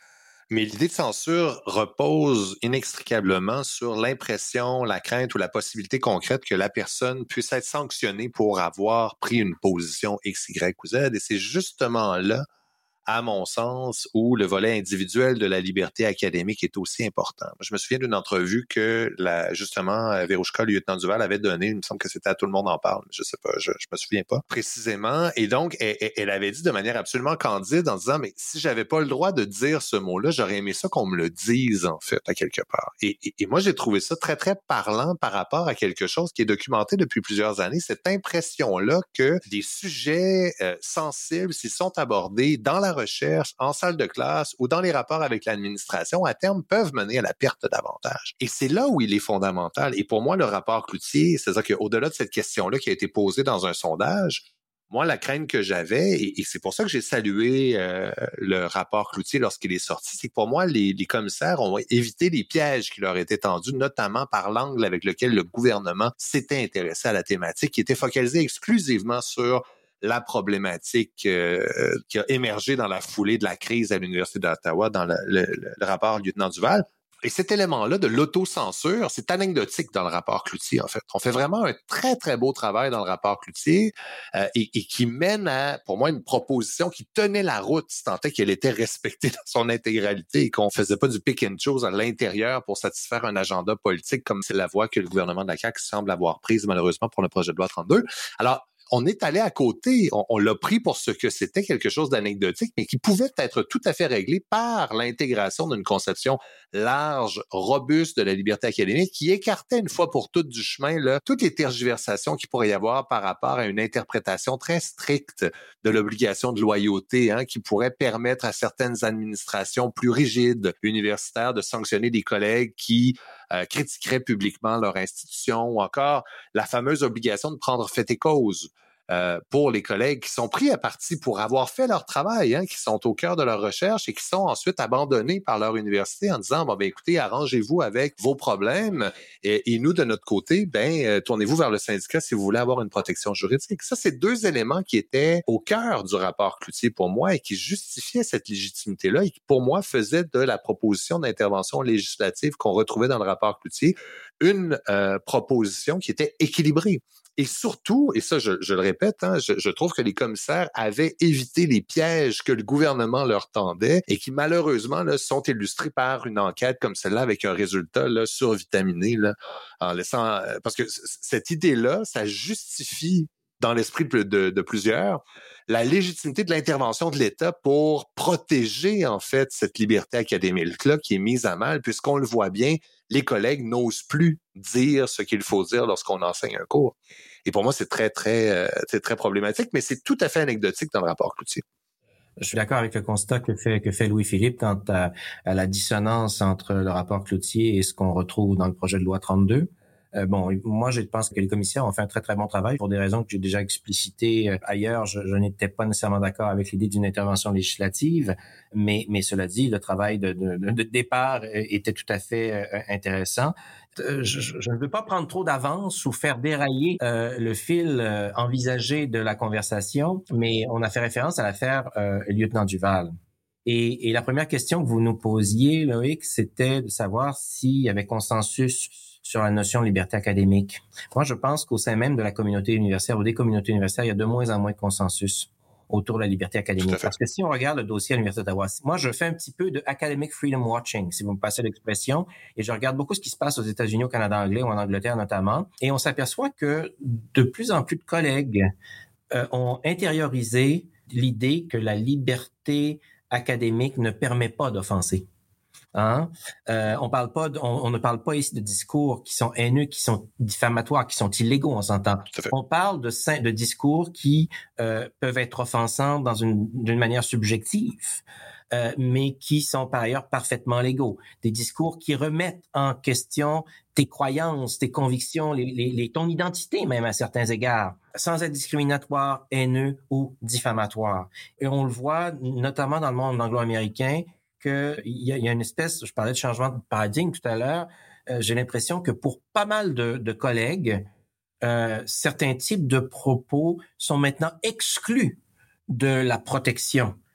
Mais l'idée de censure repose inextricablement sur l'impression, la crainte ou la possibilité concrète que la personne puisse être sanctionnée pour avoir pris une position X, Y ou Z. Et c'est justement là, à mon sens, où le volet individuel de la liberté académique est aussi important. Je me souviens d'une entrevue que, la, justement, Verouchka, le lieutenant Duval, avait donnée. Il me semble que c'était à Tout le monde en parle. Je sais pas, je, je me souviens pas précisément. Et donc, elle, elle avait dit de manière absolument candide en disant, mais si j'avais pas le droit de dire ce mot-là, j'aurais aimé ça qu'on me le dise, en fait, à quelque part. Et, et, et moi, j'ai trouvé ça très, très parlant par rapport à quelque chose qui est documenté depuis plusieurs années, cette impression-là que des sujets euh, sensibles, s'ils sont abordés dans la recherche, en salle de classe ou dans les rapports avec l'administration, à terme, peuvent mener à la perte d'avantages. Et c'est là où il est fondamental. Et pour moi, le rapport Cloutier, c'est-à-dire qu'au-delà de cette question-là qui a été posée dans un sondage, moi, la crainte que j'avais, et, et c'est pour ça que j'ai salué euh, le rapport Cloutier lorsqu'il est sorti, c'est que pour moi, les, les commissaires ont évité les pièges qui leur étaient tendus, notamment par l'angle avec lequel le gouvernement s'était intéressé à la thématique, qui était focalisé exclusivement sur la problématique euh, qui a émergé dans la foulée de la crise à l'Université d'Ottawa dans le, le, le rapport lieutenant Duval. Et cet élément-là de l'autocensure, c'est anecdotique dans le rapport Cloutier, en fait. On fait vraiment un très, très beau travail dans le rapport Cloutier euh, et, et qui mène à, pour moi, une proposition qui tenait la route, si tant est qu'elle était respectée dans son intégralité et qu'on faisait pas du pick and choose à l'intérieur pour satisfaire un agenda politique comme c'est la voie que le gouvernement de la C A Q semble avoir prise, malheureusement, pour le projet de loi trente-deux. Alors, on est allé à côté, on, on l'a pris pour ce que c'était, quelque chose d'anecdotique, mais qui pouvait être tout à fait réglé par l'intégration d'une conception large, robuste de la liberté académique qui écartait une fois pour toutes du chemin là, toutes les tergiversations qu'il pourrait y avoir par rapport à une interprétation très stricte de l'obligation de loyauté hein, qui pourrait permettre à certaines administrations plus rigides universitaires de sanctionner des collègues qui euh, critiqueraient publiquement leur institution ou encore la fameuse obligation de prendre fait et cause. Euh, pour les collègues qui sont pris à partie pour avoir fait leur travail, hein, qui sont au cœur de leur recherche et qui sont ensuite abandonnés par leur université en disant bon ben écoutez, arrangez-vous avec vos problèmes et, et nous de notre côté, ben euh, tournez-vous vers le syndicat si vous voulez avoir une protection juridique. Ça, c'est deux éléments qui étaient au cœur du rapport Cloutier pour moi et qui justifiaient cette légitimité-là et qui pour moi faisaient de la proposition d'intervention législative qu'on retrouvait dans le rapport Cloutier une euh, proposition qui était équilibrée. Et surtout, et ça je, je le répète, hein, je, je trouve que les commissaires avaient évité les pièges que le gouvernement leur tendait et qui malheureusement là, sont illustrés par une enquête comme celle-là avec un résultat là, survitaminé, là, en laissant parce que c- cette idée-là, ça justifie dans l'esprit de, de, de plusieurs la légitimité de l'intervention de l'État pour protéger en fait cette liberté académique-là qui est mise à mal, puisqu'on le voit bien, les collègues n'osent plus dire ce qu'il faut dire lorsqu'on enseigne un cours. Et pour moi, c'est très, très, euh, c'est très problématique, mais c'est tout à fait anecdotique dans le rapport Cloutier. Je suis d'accord avec le constat que fait, que fait Louis-Philippe quant à, à la dissonance entre le rapport Cloutier et ce qu'on retrouve dans le projet de loi trente-deux. Euh, bon, moi, je pense que les commissaires ont fait un très, très bon travail pour des raisons que j'ai déjà explicitées euh, ailleurs. Je, je n'étais pas nécessairement d'accord avec l'idée d'une intervention législative, mais, mais cela dit, le travail de, de, de départ était tout à fait euh, intéressant. Je, je ne veux pas prendre trop d'avance ou faire dérailler euh, le fil euh, envisagé de la conversation, mais on a fait référence à l'affaire euh, lieutenant Duval. Et, et la première question que vous nous posiez, Loïc, c'était de savoir s'il y avait consensus sur la notion de liberté académique. Moi, je pense qu'au sein même de la communauté universitaire ou des communautés universitaires, il y a de moins en moins de consensus autour de la liberté académique. Parce que si on regarde le dossier à l'Université d'Ottawa, moi, je fais un petit peu de academic freedom watching, si vous me passez l'expression, et je regarde beaucoup ce qui se passe aux États-Unis, au Canada anglais ou en Angleterre notamment, et on s'aperçoit que de plus en plus de collègues euh, ont intériorisé l'idée que la liberté académique ne permet pas d'offenser. Hein? Euh, on parle pas, de, on, on ne parle pas ici de discours qui sont haineux, qui sont diffamatoires, qui sont illégaux, on s'entend. On parle de, de discours qui euh, peuvent être offensants dans une d'une manière subjective, euh, mais qui sont par ailleurs parfaitement légaux. Des discours qui remettent en question tes croyances, tes convictions, les, les, les, ton identité même à certains égards, sans être discriminatoire, haineux ou diffamatoire. Et on le voit notamment dans le monde anglo-américain, qu'il y a, il y a une espèce, je parlais de changement de paradigme tout à l'heure, euh, j'ai l'impression que pour pas mal de, de collègues, euh, certains types de propos sont maintenant exclus de la protection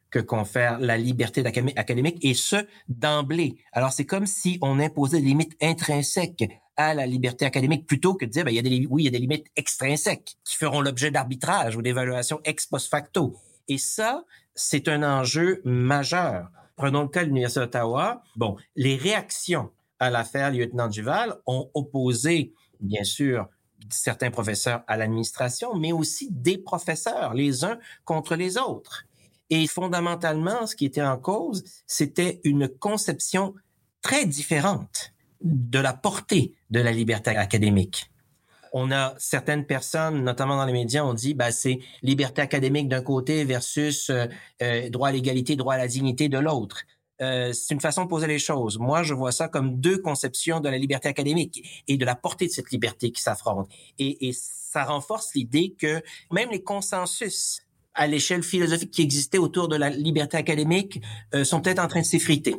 que confère la liberté académique, et ce, d'emblée. Alors, c'est comme si on imposait des limites intrinsèques à la liberté académique plutôt que de dire, ben, il y a des, oui, il y a des limites extrinsèques qui feront l'objet d'arbitrage ou d'évaluation ex post facto. Et ça, c'est un enjeu majeur. Prenons le cas de l'Université d'Ottawa. Bon, les réactions à l'affaire Lieutenant Duval ont opposé, bien sûr, certains professeurs à l'administration, mais aussi des professeurs, les uns contre les autres. Et fondamentalement, ce qui était en cause, c'était une conception très différente de la portée de la liberté académique. On a certaines personnes, notamment dans les médias, on dit ben c'est liberté académique d'un côté versus euh, euh, droit à l'égalité, droit à la dignité de l'autre. Euh, c'est une façon de poser les choses. Moi, je vois ça comme deux conceptions de la liberté académique et de la portée de cette liberté qui s'affrontent. Et, et ça renforce l'idée que même les consensus à l'échelle philosophique qui existait autour de la liberté académique euh, sont peut-être en train de s'effriter.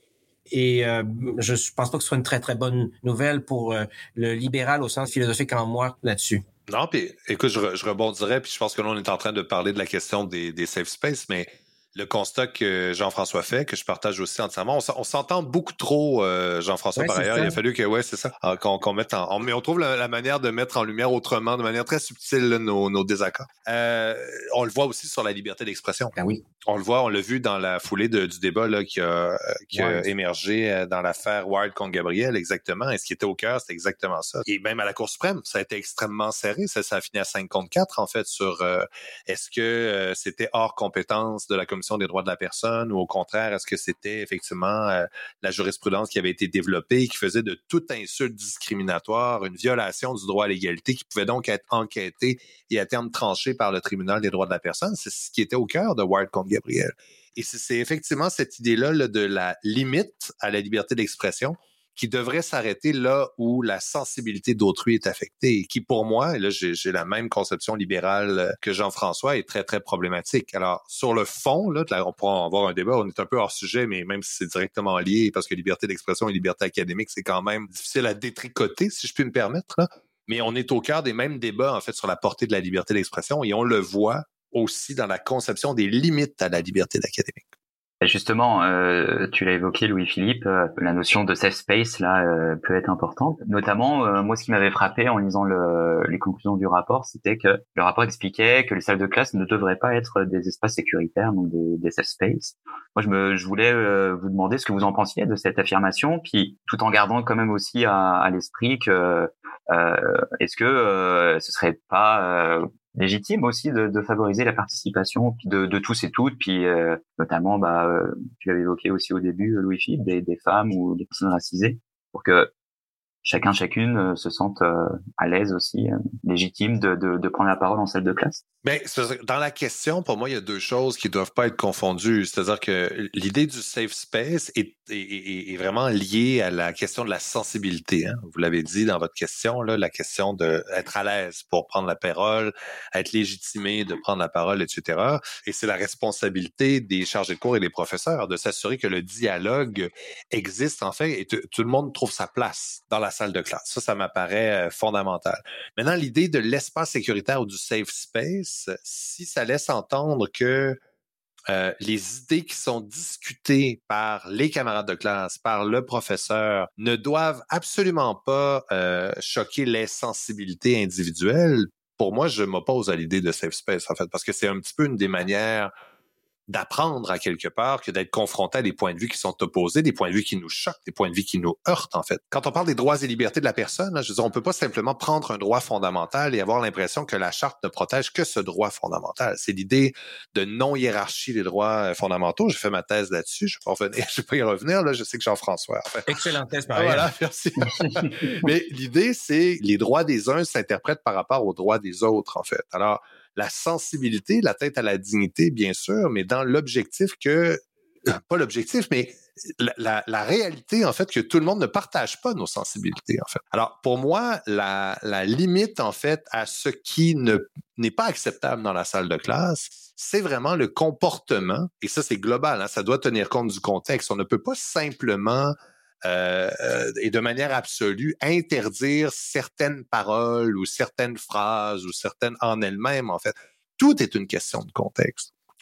Et euh, je pense pas que ce soit une très, très bonne nouvelle pour euh, le libéral au sens philosophique en moi là-dessus. Non, puis écoute, je, re, je rebondirais, puis je pense que là, on est en train de parler de la question des, des safe space, mais le constat que Jean-François fait, que je partage aussi entièrement, on, on s'entend beaucoup trop, euh, Jean-François, ouais, par ailleurs. Ça. Il a fallu que, ouais, c'est ça, qu'on, qu'on mette en, on, mais on trouve la, la manière de mettre en lumière autrement, de manière très subtile, là, nos, nos désaccords. Euh, on le voit aussi sur la liberté d'expression. Ben oui. On le voit, on l'a vu dans la foulée de, du débat là, qui a, qui a émergé dans l'affaire Wild contre Gabriel, exactement. Et ce qui était au cœur, c'était exactement ça. Et même à la Cour suprême, ça a été extrêmement serré. Ça, ça a fini à cinq contre quatre, en fait, sur euh, est-ce que euh, c'était hors compétence de la Commission des droits de la personne ou au contraire, est-ce que c'était effectivement euh, la jurisprudence qui avait été développée et qui faisait de toute insulte discriminatoire une violation du droit à l'égalité qui pouvait donc être enquêtée et à terme tranchée par le tribunal des droits de la personne. C'est ce qui était au cœur de Wild contre Gabriel. Et c'est, c'est effectivement cette idée-là là, de la limite à la liberté d'expression qui devrait s'arrêter là où la sensibilité d'autrui est affectée et qui, pour moi, et là j'ai, j'ai la même conception libérale que Jean-François, est très, très problématique. Alors, sur le fond, là, on pourra avoir un débat, on est un peu hors sujet, mais même si c'est directement lié, parce que liberté d'expression et liberté académique, c'est quand même difficile à détricoter, si je puis me permettre, là. Mais on est au cœur des mêmes débats, en fait, sur la portée de la liberté d'expression et on le voit aussi dans la conception des limites à la liberté académique. Justement, euh, tu l'as évoqué, Louis-Philippe, euh, la notion de safe space là euh, peut être importante. Notamment, euh, moi, ce qui m'avait frappé en lisant le, les conclusions du rapport, c'était que le rapport expliquait que les salles de classe ne devraient pas être des espaces sécuritaires, donc des, des safe space. Moi, je me, je voulais euh, vous demander ce que vous en pensiez de cette affirmation, puis tout en gardant quand même aussi à, à l'esprit que euh, est-ce que euh, ce serait pas euh, légitime aussi de, de favoriser la participation de, de tous et toutes, puis euh, notamment, bah, euh, tu l'avais évoqué aussi au début, Louis-Philippe, des, des femmes ou des personnes racisées, pour que chacun, chacune euh, se sente euh, à l'aise aussi, euh, légitime de, de, de prendre la parole en salle de classe. Ben, dans la question, pour moi, il y a deux choses qui doivent pas être confondues. C'est-à-dire que l'idée du safe space est, est, est, est vraiment liée à la question de la sensibilité. Hein? Vous l'avez dit dans votre question, là, la question d'être à l'aise pour prendre la parole, être légitimé de prendre la parole, et cetera. Et c'est la responsabilité des chargés de cours et des professeurs de s'assurer que le dialogue existe, en fait, et t- tout le monde trouve sa place dans la salle de classe. Ça, ça m'apparaît euh, fondamental. Maintenant, l'idée de l'espace sécuritaire ou du safe space, si ça laisse entendre que euh, les idées qui sont discutées par les camarades de classe, par le professeur, ne doivent absolument pas euh, choquer les sensibilités individuelles, pour moi, je m'oppose à l'idée de safe space, en fait, parce que c'est un petit peu une des manières d'apprendre à quelque part que d'être confronté à des points de vue qui sont opposés, des points de vue qui nous choquent, des points de vue qui nous heurtent, en fait. Quand on parle des droits et libertés de la personne, là, je veux dire, on peut pas simplement prendre un droit fondamental et avoir l'impression que la charte ne protège que ce droit fondamental. C'est l'idée de non-hiérarchie des droits fondamentaux. J'ai fait ma thèse là-dessus. Je vais pas revenir, je vais pas y revenir, là. Je sais que Jean-François. Enfin, excellente thèse, par ailleurs. Voilà, merci. Mais l'idée, c'est les droits des uns s'interprètent par rapport aux droits des autres, en fait. Alors, la sensibilité, la tête à la dignité, bien sûr, mais dans l'objectif que, pas l'objectif, mais la, la, la réalité, en fait, que tout le monde ne partage pas nos sensibilités, en fait. Alors, pour moi, la, la limite, en fait, à ce qui ne, n'est pas acceptable dans la salle de classe, c'est vraiment le comportement, et ça, c'est global, hein, ça doit tenir compte du contexte. On ne peut pas simplement Euh, euh, et de manière absolue, interdire certaines paroles ou certaines phrases ou certaines en elles-mêmes, en fait. Tout est une question de contexte.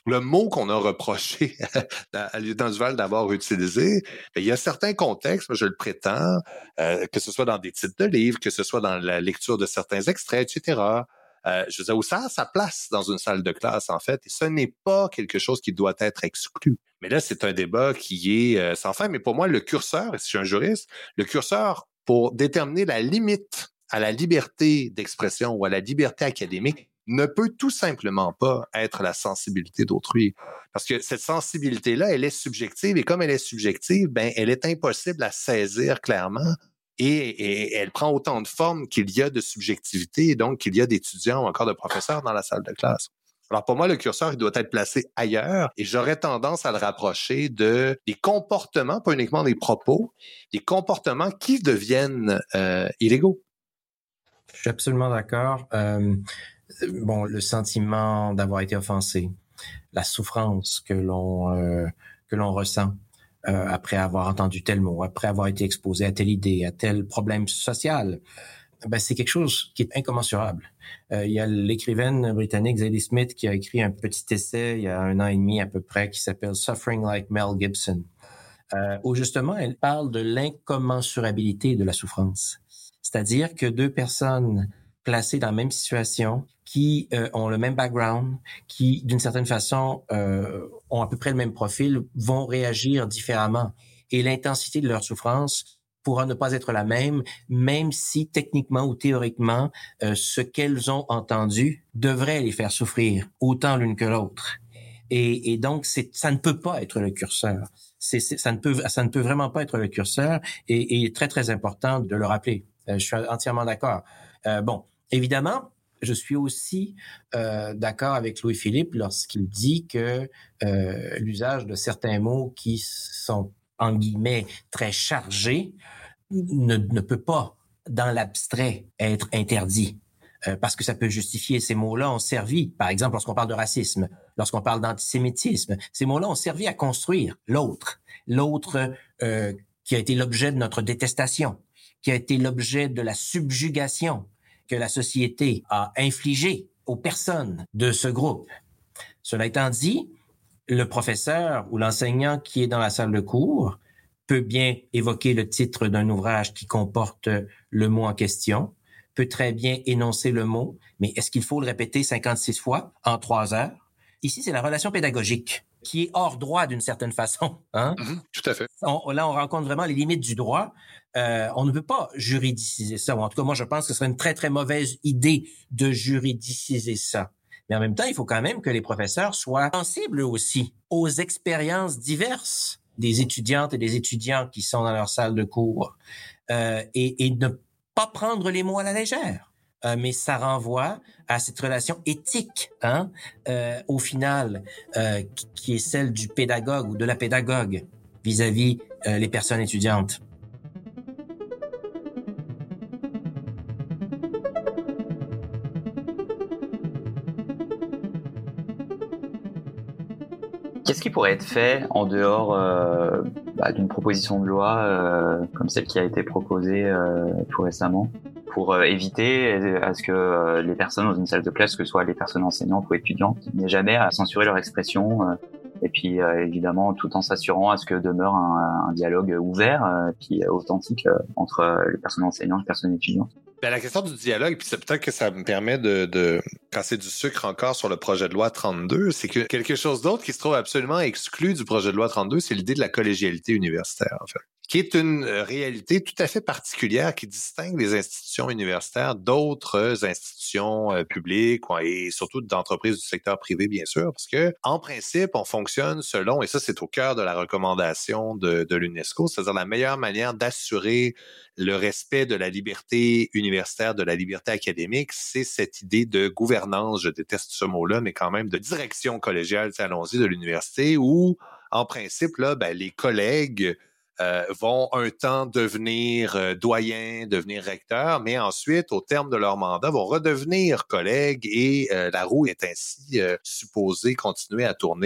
le mot qu'on a reproché à lieutenant Duval d'avoir utilisé, il y a certains contextes, moi je le prétends, euh, que ce soit dans des titres de livres, que ce soit dans la lecture de certains extraits, et cetera. Euh, je veux dire, où ça a sa place dans une salle de classe, en fait, et ce n'est pas quelque chose qui doit être exclu. Mais là, c'est un débat qui est euh, sans fin, mais pour moi, le curseur, et si je suis un juriste, le curseur pour déterminer la limite à la liberté d'expression ou à la liberté académique ne peut tout simplement pas être la sensibilité d'autrui. Parce que cette sensibilité-là, elle est subjective, et comme elle est subjective, ben, elle est impossible à saisir clairement, et, et elle prend autant de formes qu'il y a de subjectivité, et donc qu'il y a d'étudiants ou encore de professeurs dans la salle de classe. Alors pour moi, le curseur, il doit être placé ailleurs, et j'aurais tendance à le rapprocher de des comportements, pas uniquement des propos, des comportements qui deviennent euh, illégaux. Je suis absolument d'accord. Euh, bon, le sentiment d'avoir été offensé, la souffrance que l'on euh, que l'on ressent euh, après avoir entendu tel mot, après avoir été exposé à telle idée, à tel problème social, ben c'est quelque chose qui est incommensurable. Euh, il y a l'écrivaine britannique Zadie Smith qui a écrit un petit essai il y a un an et demi à peu près qui s'appelle Suffering Like Mel Gibson, euh, où justement elle parle de l'incommensurabilité de la souffrance. C'est-à-dire que deux personnes placées dans la même situation, qui euh, ont le même background, qui d'une certaine façon euh, ont à peu près le même profil, vont réagir différemment. Et l'intensité de leur souffrance pourra ne pas être la même, même si techniquement ou théoriquement, euh, ce qu'elles ont entendu devrait les faire souffrir, autant l'une que l'autre. Et, et donc, c'est, ça ne peut pas être le curseur. C'est, c'est, ça ne peut, ça ne peut vraiment pas être le curseur, et, et il est très très important de le rappeler. Euh, je suis entièrement d'accord. Euh, bon, évidemment, je suis aussi euh, d'accord avec Louis-Philippe lorsqu'il dit que euh, l'usage de certains mots qui sont en guillemets très chargés ne, ne peut pas, dans l'abstrait, être interdit. Euh, parce que ça peut justifier. Ces mots-là ont servi, par exemple, lorsqu'on parle de racisme, lorsqu'on parle d'antisémitisme, ces mots-là ont servi à construire l'autre, l'autre euh, qui a été l'objet de notre détestation, qui a été l'objet de la subjugation que la société a infligée aux personnes de ce groupe. Cela étant dit, le professeur ou l'enseignant qui est dans la salle de cours peut bien évoquer le titre d'un ouvrage qui comporte le mot en question, peut très bien énoncer le mot, mais est-ce qu'il faut le répéter cinquante-six fois en trois heures? Ici, c'est la relation pédagogique qui est hors droit d'une certaine façon. Hein? Mmh, tout à fait. On, là, on rencontre vraiment les limites du droit. Euh, on ne peut pas juridiciser ça. Ou en tout cas, moi, je pense que ce serait une très, très mauvaise idée de juridiciser ça. Mais en même temps, il faut quand même que les professeurs soient sensibles aussi aux expériences diverses des étudiantes et des étudiants qui sont dans leur salle de cours euh, et, et ne pas prendre les mots à la légère. Euh, mais ça renvoie à cette relation éthique, hein, euh, au final, euh, qui, qui est celle du pédagogue ou de la pédagogue vis-à-vis euh, les personnes étudiantes. Qu'est-ce qui pourrait être fait en dehors euh, bah, d'une proposition de loi euh, comme celle qui a été proposée euh, tout récemment pour euh, éviter à ce que euh, les personnes dans une salle de classe, que ce soit les personnes enseignantes ou étudiantes, n'aient jamais à censurer leur expression euh, et puis euh, évidemment tout en s'assurant à ce que demeure un, un dialogue ouvert euh, puis authentique euh, entre les personnes enseignantes et les personnes étudiantes. Bien, la question du dialogue, puis c'est peut-être que ça me permet de, de casser du sucre encore sur le projet de loi trente-deux, c'est que quelque chose d'autre qui se trouve absolument exclu du projet de loi trente-deux, c'est l'idée de la collégialité universitaire, en fait, qui est une réalité tout à fait particulière qui distingue les institutions universitaires d'autres institutions euh, publiques et surtout d'entreprises du secteur privé, bien sûr, parce que en principe, on fonctionne selon, et ça c'est au cœur de la recommandation de, de l'UNESCO, c'est-à-dire la meilleure manière d'assurer le respect de la liberté universitaire, de la liberté académique, c'est cette idée de gouvernance, je déteste ce mot-là, mais quand même de direction collégiale, allons-y, de l'université, où, en principe, là, ben, les collègues euh, vont un temps devenir euh, doyens, devenir recteurs, mais ensuite, au terme de leur mandat, vont redevenir collègues et euh, la roue est ainsi euh, supposée continuer à tourner.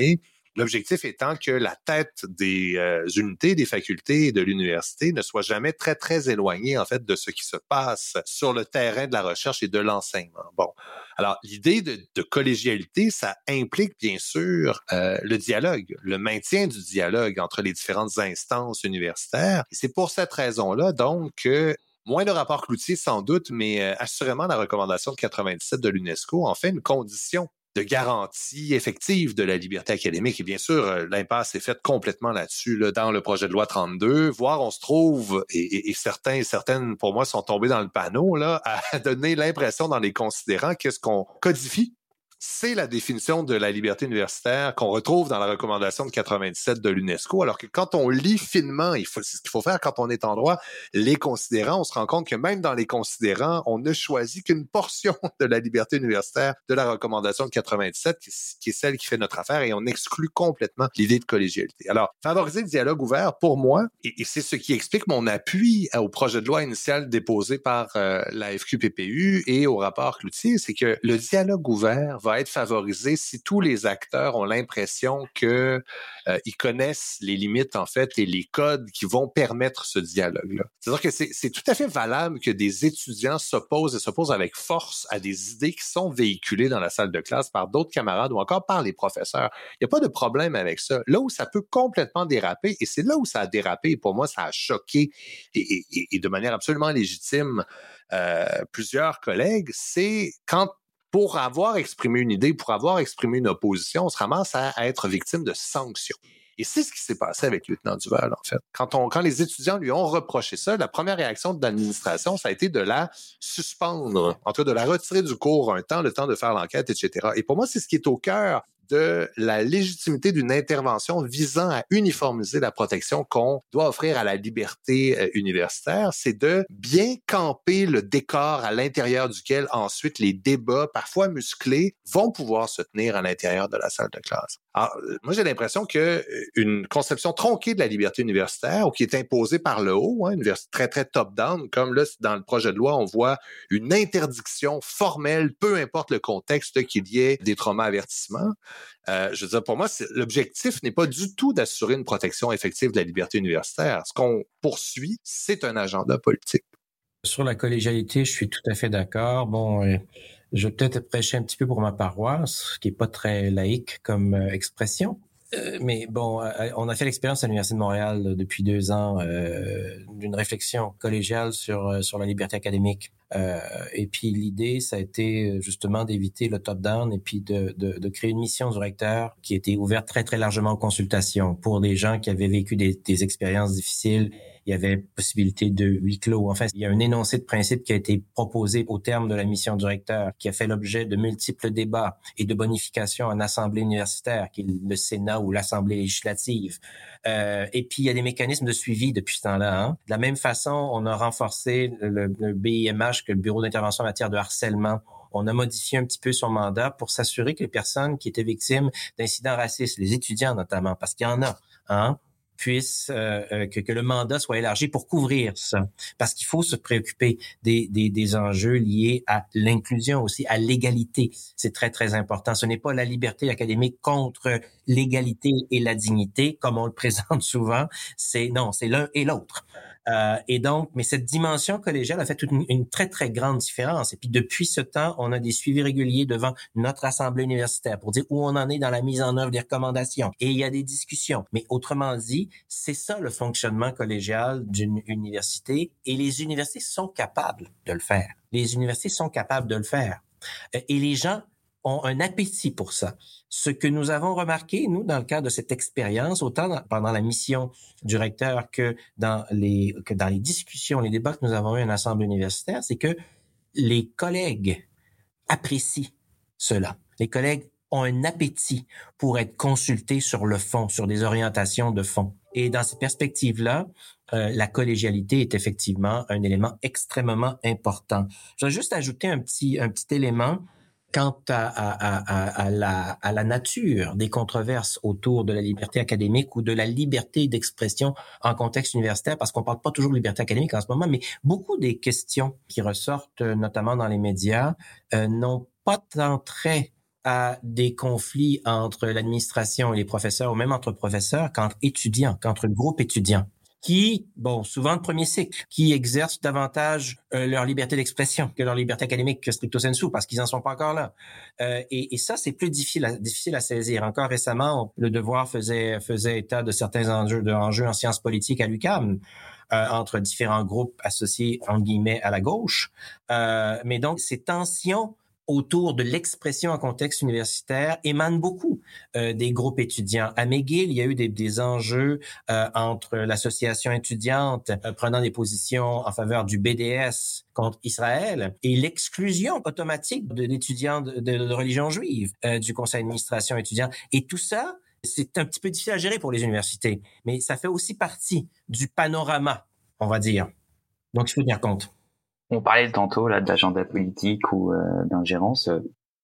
L'objectif étant que la tête des euh, unités, des facultés et de l'université ne soit jamais très, très éloignée, en fait, de ce qui se passe sur le terrain de la recherche et de l'enseignement. Bon. Alors, l'idée de, de collégialité, ça implique, bien sûr, euh, le dialogue, le maintien du dialogue entre les différentes instances universitaires. Et c'est pour cette raison-là, donc, que moins le rapport Cloutier, sans doute, mais euh, assurément la recommandation de quatre-vingt-dix-sept de l'UNESCO en fait une condition de garantie effective de la liberté académique. Et bien sûr, euh, l'impasse est faite complètement là-dessus, là, dans le projet de loi trente-deux, voire on se trouve, et, et, et certains et certaines, pour moi, sont tombés dans le panneau, là, à donner l'impression dans les considérants qu'est-ce qu'on codifie. C'est la définition de la liberté universitaire qu'on retrouve dans la recommandation de quatre-vingt-dix-sept de l'UNESCO, alors que quand on lit finement, il faut, c'est ce qu'il faut faire quand on est en droit, les considérants, on se rend compte que même dans les considérants, on ne choisit qu'une portion de la liberté universitaire de la recommandation de quatre-vingt-dix-sept, qui, qui est celle qui fait notre affaire, et on exclut complètement l'idée de collégialité. Alors, favoriser le dialogue ouvert, pour moi, et, et c'est ce qui explique mon appui au projet de loi initial déposé par euh, la F Q P P U et au rapport Cloutier, c'est que le dialogue ouvert va être favorisé si tous les acteurs ont l'impression que euh, ils connaissent les limites en fait et les codes qui vont permettre ce dialogue-là. C'est-à-dire que c'est, c'est tout à fait valable que des étudiants s'opposent et s'opposent avec force à des idées qui sont véhiculées dans la salle de classe par d'autres camarades ou encore par les professeurs. Il n'y a pas de problème avec ça. Là où ça peut complètement déraper, et c'est là où ça a dérapé, et pour moi ça a choqué et, et, et de manière absolument légitime euh, plusieurs collègues, c'est quand pour avoir exprimé une idée, pour avoir exprimé une opposition, on se ramasse à, à être victime de sanctions. Et c'est ce qui s'est passé avec le lieutenant Duval, en fait. Quand, on, quand les étudiants lui ont reproché ça, la première réaction de l'administration, ça a été de la suspendre, en tout cas de la retirer du cours un temps, le temps de faire l'enquête, et cetera. Et pour moi, c'est ce qui est au cœur de la légitimité d'une intervention visant à uniformiser la protection qu'on doit offrir à la liberté euh, universitaire, c'est de bien camper le décor à l'intérieur duquel ensuite les débats, parfois musclés, vont pouvoir se tenir à l'intérieur de la salle de classe. Alors, moi, j'ai l'impression que une conception tronquée de la liberté universitaire, ou qui est imposée par le haut, hein, une version très, très top-down, comme là, dans le projet de loi, on voit une interdiction formelle, peu importe le contexte, qu'il y ait des traumas-avertissements. Euh, je veux dire, pour moi, c'est, l'objectif n'est pas du tout d'assurer une protection effective de la liberté universitaire. Ce qu'on poursuit, c'est un agenda politique. Sur la collégialité, je suis tout à fait d'accord. Bon, euh, je vais peut-être prêcher un petit peu pour ma paroisse, qui est pas très laïque comme euh, expression. Euh, mais bon, euh, on a fait l'expérience à l'Université de Montréal euh, depuis deux ans euh, d'une réflexion collégiale sur euh, sur la liberté académique. Euh, et puis l'idée, ça a été justement d'éviter le top-down et puis de, de, de créer une mission du recteur qui était ouverte très très largement aux consultations pour des gens qui avaient vécu des, des expériences difficiles. Il y avait possibilité de huis clos. Enfin, il y a un énoncé de principe qui a été proposé au terme de la mission du recteur, qui a fait l'objet de multiples débats et de bonifications en assemblée universitaire, qui est le Sénat ou l'Assemblée législative. Euh, et puis, il y a des mécanismes de suivi depuis ce temps-là. Hein. De la même façon, on a renforcé le, le B I M H, que le Bureau d'intervention en matière de harcèlement. On a modifié un petit peu son mandat pour s'assurer que les personnes qui étaient victimes d'incidents racistes, les étudiants notamment, parce qu'il y en a, hein, puisse euh, que, que le mandat soit élargi pour couvrir ça, parce qu'il faut se préoccuper des, des, des enjeux liés à l'inclusion aussi, à l'égalité. C'est très, très important. Ce n'est pas la liberté académique contre l'égalité et la dignité, comme on le présente souvent. C'est non, c'est l'un et l'autre. Euh, et donc, mais cette dimension collégiale a fait une, une très, très grande différence. Et puis, depuis ce temps, on a des suivis réguliers devant notre assemblée universitaire pour dire où on en est dans la mise en œuvre des recommandations. Et il y a des discussions. Mais autrement dit, c'est ça le fonctionnement collégial d'une université. Et les universités sont capables de le faire. Les universités sont capables de le faire. Et les gens ont un appétit pour ça. Ce que nous avons remarqué, nous, dans le cadre de cette expérience, autant dans, pendant la mission du recteur que dans les que dans les discussions, les débats que nous avons eus à l'Assemblée universitaire, c'est que les collègues apprécient cela. Les collègues ont un appétit pour être consultés sur le fond, sur des orientations de fond. Et dans cette perspective-là, euh, la collégialité est effectivement un élément extrêmement important. Je vais juste ajouter un petit un petit élément quant à, à, à, à, la, à la nature des controverses autour de la liberté académique ou de la liberté d'expression en contexte universitaire, parce qu'on parle pas toujours de liberté académique en ce moment, mais beaucoup des questions qui ressortent, notamment dans les médias, euh, n'ont pas tant trait à des conflits entre l'administration et les professeurs, ou même entre professeurs, qu'entre étudiants, qu'entre groupes étudiants, qui, bon, souvent de premier cycle, qui exercent davantage euh, leur liberté d'expression que leur liberté académique que stricto sensu, parce qu'ils en sont pas encore là. Euh, et, et ça, c'est plus difficile à, difficile à saisir. Encore récemment, Le Devoir faisait faisait état de certains enjeux, de enjeux en sciences politiques à l'U Q A M. Euh, entre différents groupes associés, entre guillemets, à la gauche. Euh, mais donc, ces tensions autour de l'expression en contexte universitaire émanent beaucoup euh, des groupes étudiants. À McGill, il y a eu des, des enjeux euh, entre l'association étudiante euh, prenant des positions en faveur du B D S contre Israël et l'exclusion automatique de l'étudiant de, de, de religion juive euh, du conseil d'administration étudiant. Et tout ça, c'est un petit peu difficile à gérer pour les universités, mais ça fait aussi partie du panorama, on va dire. Donc, il faut tenir compte. On parlait tantôt là d'agenda politique ou euh, d'ingérence.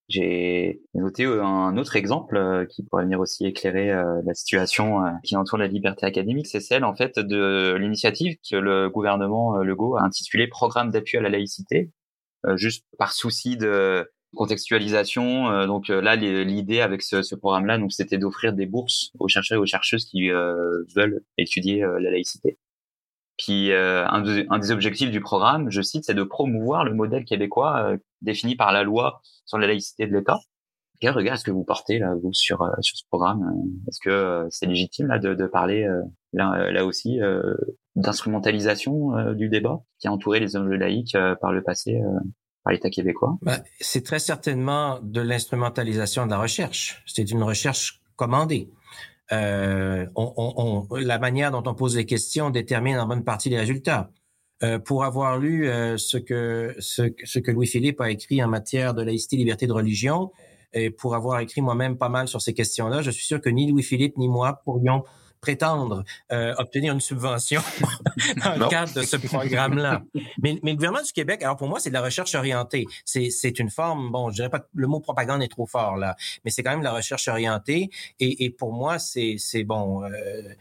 J'ai noté un autre exemple euh, qui pourrait venir aussi éclairer euh, la situation euh, qui entoure la liberté académique. C'est celle en fait de l'initiative que le gouvernement euh, Legault a intitulée Programme d'appui à la laïcité, euh, juste par souci de contextualisation. Euh, donc euh, là, l'idée avec ce, ce programme-là, donc c'était d'offrir des bourses aux chercheurs et aux chercheuses qui euh, veulent étudier euh, la laïcité. Puis euh, un, de, un des objectifs du programme, je cite, c'est de promouvoir le modèle québécois euh, défini par la loi sur la laïcité de l'État. Quel regard est-ce que vous portez là, vous, sur euh, sur ce programme? Est-ce que euh, c'est légitime là de, de parler euh, là, là aussi euh, d'instrumentalisation euh, du débat qui a entouré les enjeux laïques euh, par le passé euh, par l'État québécois? Ben, c'est très certainement de l'instrumentalisation de la recherche. C'est une recherche commandée. Euh, on, on, on, la manière dont on pose les questions détermine en bonne partie les résultats. Euh, pour avoir lu euh, ce que ce, ce que Louis-Philippe a écrit en matière de laïcité, liberté de religion, et pour avoir écrit moi-même pas mal sur ces questions-là, je suis sûr que ni Louis-Philippe ni moi pourrions prétendre euh, obtenir une subvention dans le non. cadre de ce programme-là. Mais, mais le gouvernement du Québec, alors pour moi, c'est de la recherche orientée. C'est, c'est une forme, bon, je dirais pas que le mot propagande est trop fort là, mais c'est quand même de la recherche orientée. Et, et pour moi, c'est, c'est bon. Euh,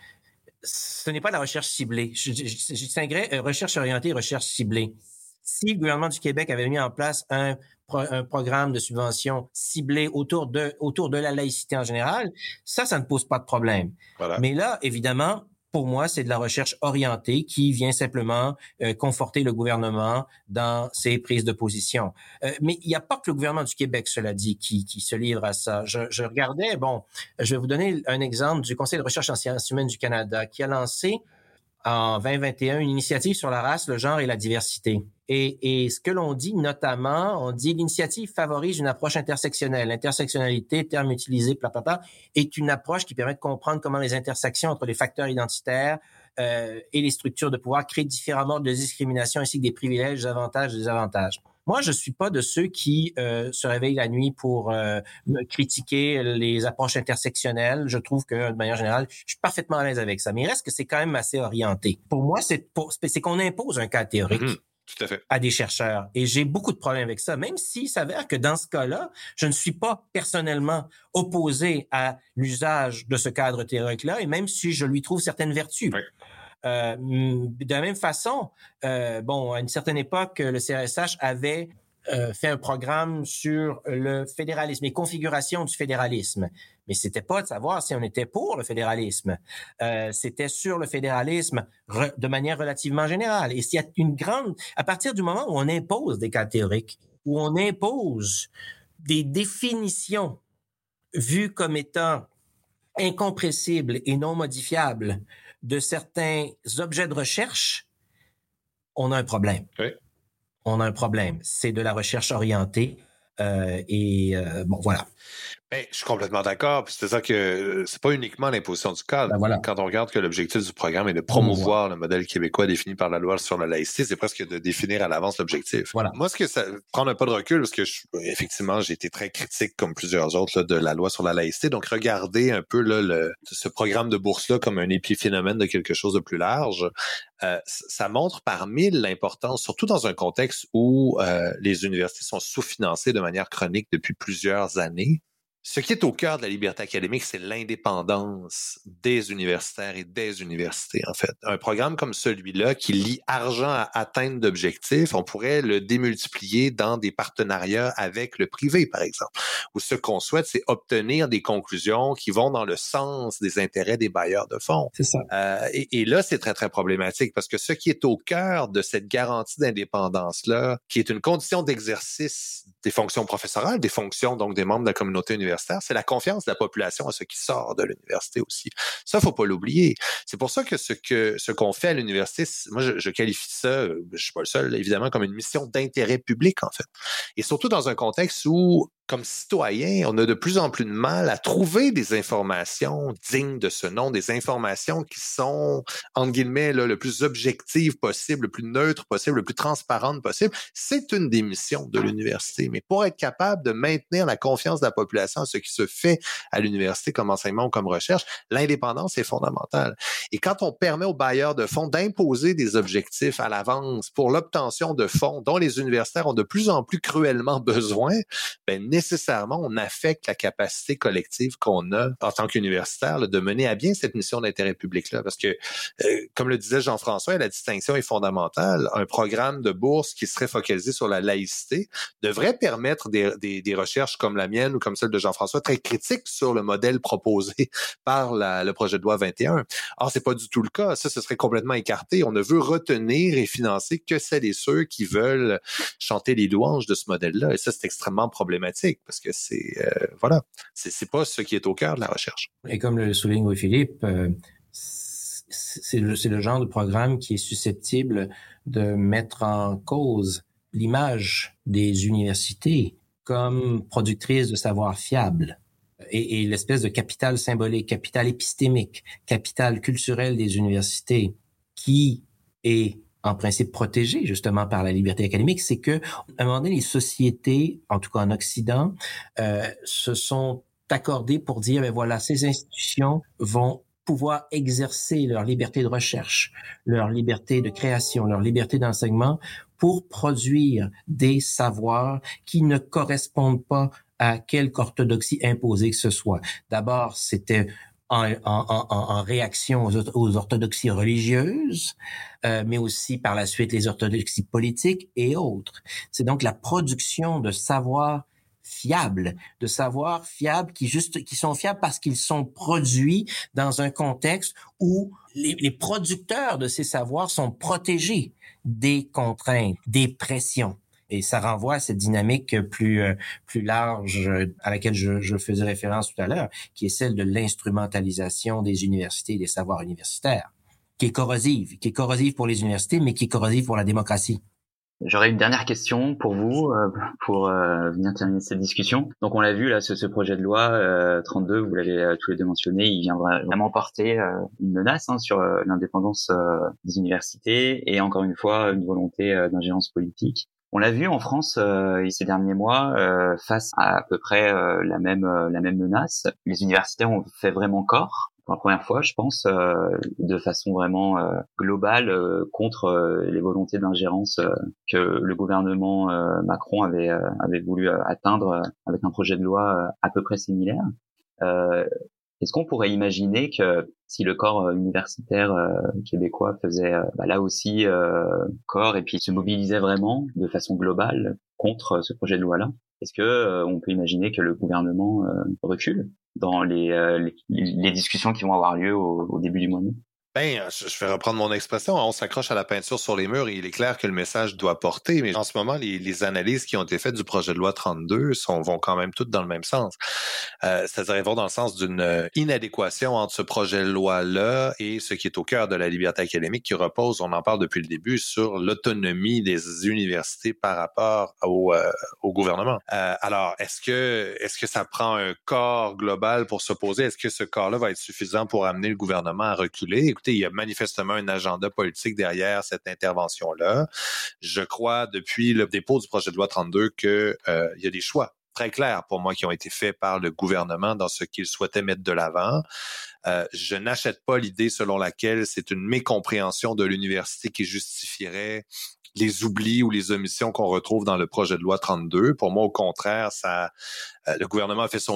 ce n'est pas de la recherche ciblée. Je, je, je distinguerais euh, recherche orientée et recherche ciblée. Si le gouvernement du Québec avait mis en place un, pro, un programme de subvention ciblé autour de, autour de la laïcité en général, ça, ça ne pose pas de problème. Voilà. Mais là, évidemment, pour moi, c'est de la recherche orientée qui vient simplement euh, conforter le gouvernement dans ses prises de position. Euh, mais il n'y a pas que le gouvernement du Québec, cela dit, qui, qui se livre à ça. Je, je regardais, bon, je vais vous donner un exemple du Conseil de recherche en sciences humaines du Canada qui a lancé en vingt vingt et un une initiative sur la race, le genre et la diversité. Et, et ce que l'on dit notamment, on dit l'initiative favorise une approche intersectionnelle. L'intersectionnalité, terme utilisé, platata, est une approche qui permet de comprendre comment les intersections entre les facteurs identitaires euh, et les structures de pouvoir créent différents modes de discrimination ainsi que des privilèges, des avantages et des désavantages. Moi, je suis pas de ceux qui euh, se réveillent la nuit pour euh, me critiquer les approches intersectionnelles. Je trouve que, de manière générale, je suis parfaitement à l'aise avec ça. Mais il reste que c'est quand même assez orienté. Pour moi, c'est, pour, c'est qu'on impose un cas théorique. Mmh, tout à fait. À des chercheurs. Et j'ai beaucoup de problèmes avec ça, même s'il s'avère que dans ce cas-là, je ne suis pas personnellement opposé à l'usage de ce cadre théorique-là, et même si je lui trouve certaines vertus. Oui. Euh, de la même façon, euh, bon, à une certaine époque, le C R S H avait euh, fait un programme sur le fédéralisme, les configurations du fédéralisme. Mais c'était pas de savoir si on était pour le fédéralisme. Euh, c'était sur le fédéralisme re, de manière relativement générale. Et s'il y a une grande, à partir du moment où on impose des cas théoriques, où on impose des définitions vues comme étant incompressibles et non modifiables de certains objets de recherche, on a un problème. Oui. On a un problème. C'est de la recherche orientée. Euh, et euh, bon, voilà. Ben, je suis complètement d'accord. C'est ça que c'est pas uniquement l'imposition du cadre. Ben voilà. Quand on regarde que l'objectif du programme est de promouvoir le modèle québécois défini par la loi sur la laïcité, c'est presque de définir à l'avance l'objectif. Voilà. Moi, ce que ça prendre un pas de recul, parce que je, effectivement, j'ai été très critique, comme plusieurs autres, là, de la loi sur la laïcité. Donc, regarder un peu là, le, ce programme de bourse-là comme un épiphénomène de quelque chose de plus large, euh, ça montre par mille l'importance, surtout dans un contexte où euh, les universités sont sous-financées de manière chronique depuis plusieurs années. Ce qui est au cœur de la liberté académique, c'est l'indépendance des universitaires et des universités, en fait. Un programme comme celui-là qui lie argent à atteinte d'objectifs, on pourrait le démultiplier dans des partenariats avec le privé, par exemple, où ce qu'on souhaite, c'est obtenir des conclusions qui vont dans le sens des intérêts des bailleurs de fonds. C'est ça. Euh, et, et là, c'est très, très problématique parce que ce qui est au cœur de cette garantie d'indépendance-là, qui est une condition d'exercice des fonctions professorales, des fonctions donc des membres de la communauté universitaire, c'est la confiance de la population à ce qui sort de l'université aussi. Ça, faut pas l'oublier. C'est pour ça que ce que ce qu'on fait à l'université, moi, je, je qualifie ça, je suis pas le seul, évidemment, comme une mission d'intérêt public, en fait. Et surtout dans un contexte où, comme citoyen, on a de plus en plus de mal à trouver des informations dignes de ce nom, des informations qui sont, entre guillemets, là, le plus objectives possible, le plus neutre possible, le plus transparente possible. C'est une des missions de l'université. Mais pour être capable de maintenir la confiance de la population à ce qui se fait à l'université comme enseignement ou comme recherche, l'indépendance est fondamentale. Et quand on permet aux bailleurs de fonds d'imposer des objectifs à l'avance pour l'obtention de fonds dont les universitaires ont de plus en plus cruellement besoin, ben nécessairement, on affecte la capacité collective qu'on a en tant qu'universitaire là, de mener à bien cette mission d'intérêt public-là. Parce que, euh, comme le disait Jean-François, la distinction est fondamentale. Un programme de bourse qui serait focalisé sur la laïcité devrait permettre des, des, des recherches comme la mienne ou comme celle de Jean-François, très critiques sur le modèle proposé par la, le projet de loi vingt et un. Or, c'est pas du tout le cas. Ça, ce serait complètement écarté. On ne veut retenir et financer que celles et ceux qui veulent chanter les louanges de ce modèle-là. Et ça, c'est extrêmement problématique. Parce que c'est euh, voilà, c'est, c'est pas ce qui est au cœur de la recherche. Et comme le souligne Louis-Philippe, euh, c'est, le, c'est le genre de programme qui est susceptible de mettre en cause l'image des universités comme productrices de savoir fiable. Et, et l'espèce de capital symbolique, capital épistémique, capital culturel des universités qui est en principe protégé justement par la liberté académique, c'est que à un moment donné, les sociétés, en tout cas en Occident, euh, se sont accordées pour dire, ben voilà, ces institutions vont pouvoir exercer leur liberté de recherche, leur liberté de création, leur liberté d'enseignement pour produire des savoirs qui ne correspondent pas à quelque orthodoxie imposée que ce soit. D'abord, c'était En, en, en, en réaction aux, aux orthodoxies religieuses, euh, mais aussi par la suite les orthodoxies politiques et autres. C'est donc la production de savoirs fiables, de savoirs fiables qui juste qui sont fiables parce qu'ils sont produits dans un contexte où les, les producteurs de ces savoirs sont protégés des contraintes, des pressions. Et ça renvoie à cette dynamique plus euh, plus large à laquelle je, je faisais référence tout à l'heure, qui est celle de l'instrumentalisation des universités et des savoirs universitaires, qui est corrosive, qui est corrosive pour les universités, mais qui est corrosive pour la démocratie. J'aurais une dernière question pour vous, euh, pour euh, venir terminer cette discussion. Donc on l'a vu là, ce, ce projet de loi euh, trente-deux, vous l'avez euh, tous les deux mentionné, il vient vraiment porter euh, une menace hein, sur euh, l'indépendance euh, des universités et encore une fois une volonté euh, d'ingérence politique. On l'a vu en France euh, ces derniers mois euh, face à à peu près euh, la même euh, la même menace. Les universitaires ont fait vraiment corps pour la première fois, je pense, euh, de façon vraiment euh, globale euh, contre euh, les volontés d'ingérence euh, que le gouvernement euh, Macron avait euh, avait voulu euh, atteindre euh, avec un projet de loi euh, à peu près similaire. Euh, Est-ce qu'on pourrait imaginer que si le corps universitaire euh, québécois faisait euh, bah, là aussi euh, corps et puis se mobilisait vraiment de façon globale contre ce projet de loi-là, est-ce que euh, on peut imaginer que le gouvernement euh, recule dans les, euh, les, les discussions qui vont avoir lieu au, au début du mois de mai? Ben, je vais reprendre mon expression. On s'accroche à la peinture sur les murs et il est clair que le message doit porter. Mais en ce moment, les, les analyses qui ont été faites du projet de loi trente-deux sont, vont quand même toutes dans le même sens. Euh, c'est-à-dire, elles vont dans le sens d'une inadéquation entre ce projet de loi-là et ce qui est au cœur de la liberté académique qui repose, on en parle depuis le début, sur l'autonomie des universités par rapport au, euh, au gouvernement. Euh, alors, est-ce que, est-ce que ça prend un corps global pour s'opposer? Est-ce que ce corps-là va être suffisant pour amener le gouvernement à reculer? Écoutez, il y a manifestement un agenda politique derrière cette intervention-là. Je crois, depuis le dépôt du projet de loi trente-deux, que euh, il y a des choix très clairs pour moi qui ont été faits par le gouvernement dans ce qu'il souhaitait mettre de l'avant. Euh, je n'achète pas l'idée selon laquelle c'est une mécompréhension de l'université qui justifierait les oublis ou les omissions qu'on retrouve dans le projet de loi trente-deux. Pour moi, au contraire, ça, euh, le gouvernement a fait son lit.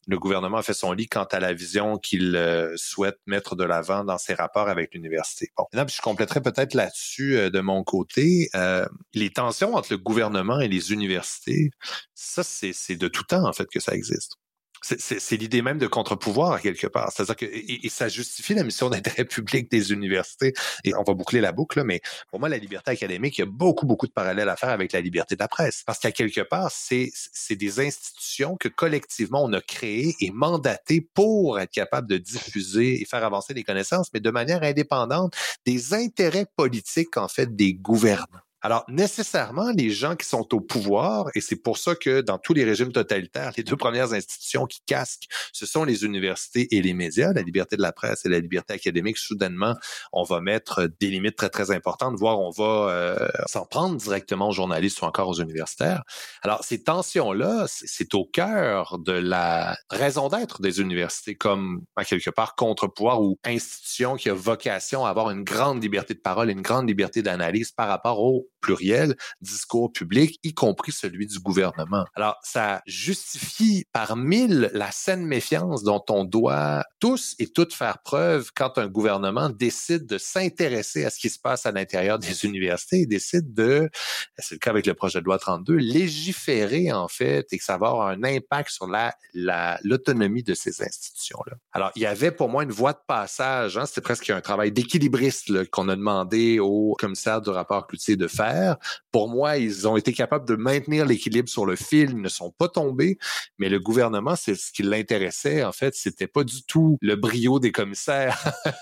le gouvernement a fait son lit quant à la vision qu'il euh, souhaite mettre de l'avant dans ses rapports avec l'université. Bon, maintenant, je compléterai peut-être là-dessus euh, de mon côté. Euh, les tensions entre le gouvernement et les universités, ça, c'est, c'est de tout temps, en fait, que ça existe. C'est, c'est, c'est l'idée même de contre-pouvoir, à quelque part. C'est-à-dire que et, et ça justifie la mission d'intérêt public des universités. Et on va boucler la boucle, là, mais pour moi, la liberté académique, il y a beaucoup, beaucoup de parallèles à faire avec la liberté de la presse. Parce qu'à quelque part, c'est, c'est des institutions que collectivement, on a créées et mandatées pour être capable de diffuser et faire avancer les connaissances, mais de manière indépendante des intérêts politiques, en fait, des gouvernants. Alors, nécessairement, les gens qui sont au pouvoir, et c'est pour ça que dans tous les régimes totalitaires, les deux premières institutions qui casquent, ce sont les universités et les médias, la liberté de la presse et la liberté académique. Soudainement, on va mettre des limites très, très importantes, voire on va euh, s'en prendre directement aux journalistes ou encore aux universitaires. Alors, ces tensions-là, c'est au cœur de la raison d'être des universités, comme, à quelque part, contre-pouvoir ou institution qui a vocation à avoir une grande liberté de parole et une grande liberté d'analyse par rapport au pluriel, discours public, y compris celui du gouvernement. Alors, ça justifie par mille la saine méfiance dont on doit tous et toutes faire preuve quand un gouvernement décide de s'intéresser à ce qui se passe à l'intérieur des universités et décide de, c'est le cas avec le projet de loi trente-deux, légiférer en fait et que ça va avoir un impact sur la, la, l'autonomie de ces institutions-là. Alors, il y avait pour moi une voie de passage, hein, c'était presque un travail d'équilibriste là, qu'on a demandé au commissaire du rapport Cloutier de faire. Pour moi, ils ont été capables de maintenir l'équilibre sur le fil, ils ne sont pas tombés, mais le gouvernement, c'est ce qui l'intéressait, en fait, c'était pas du tout le brio des commissaires.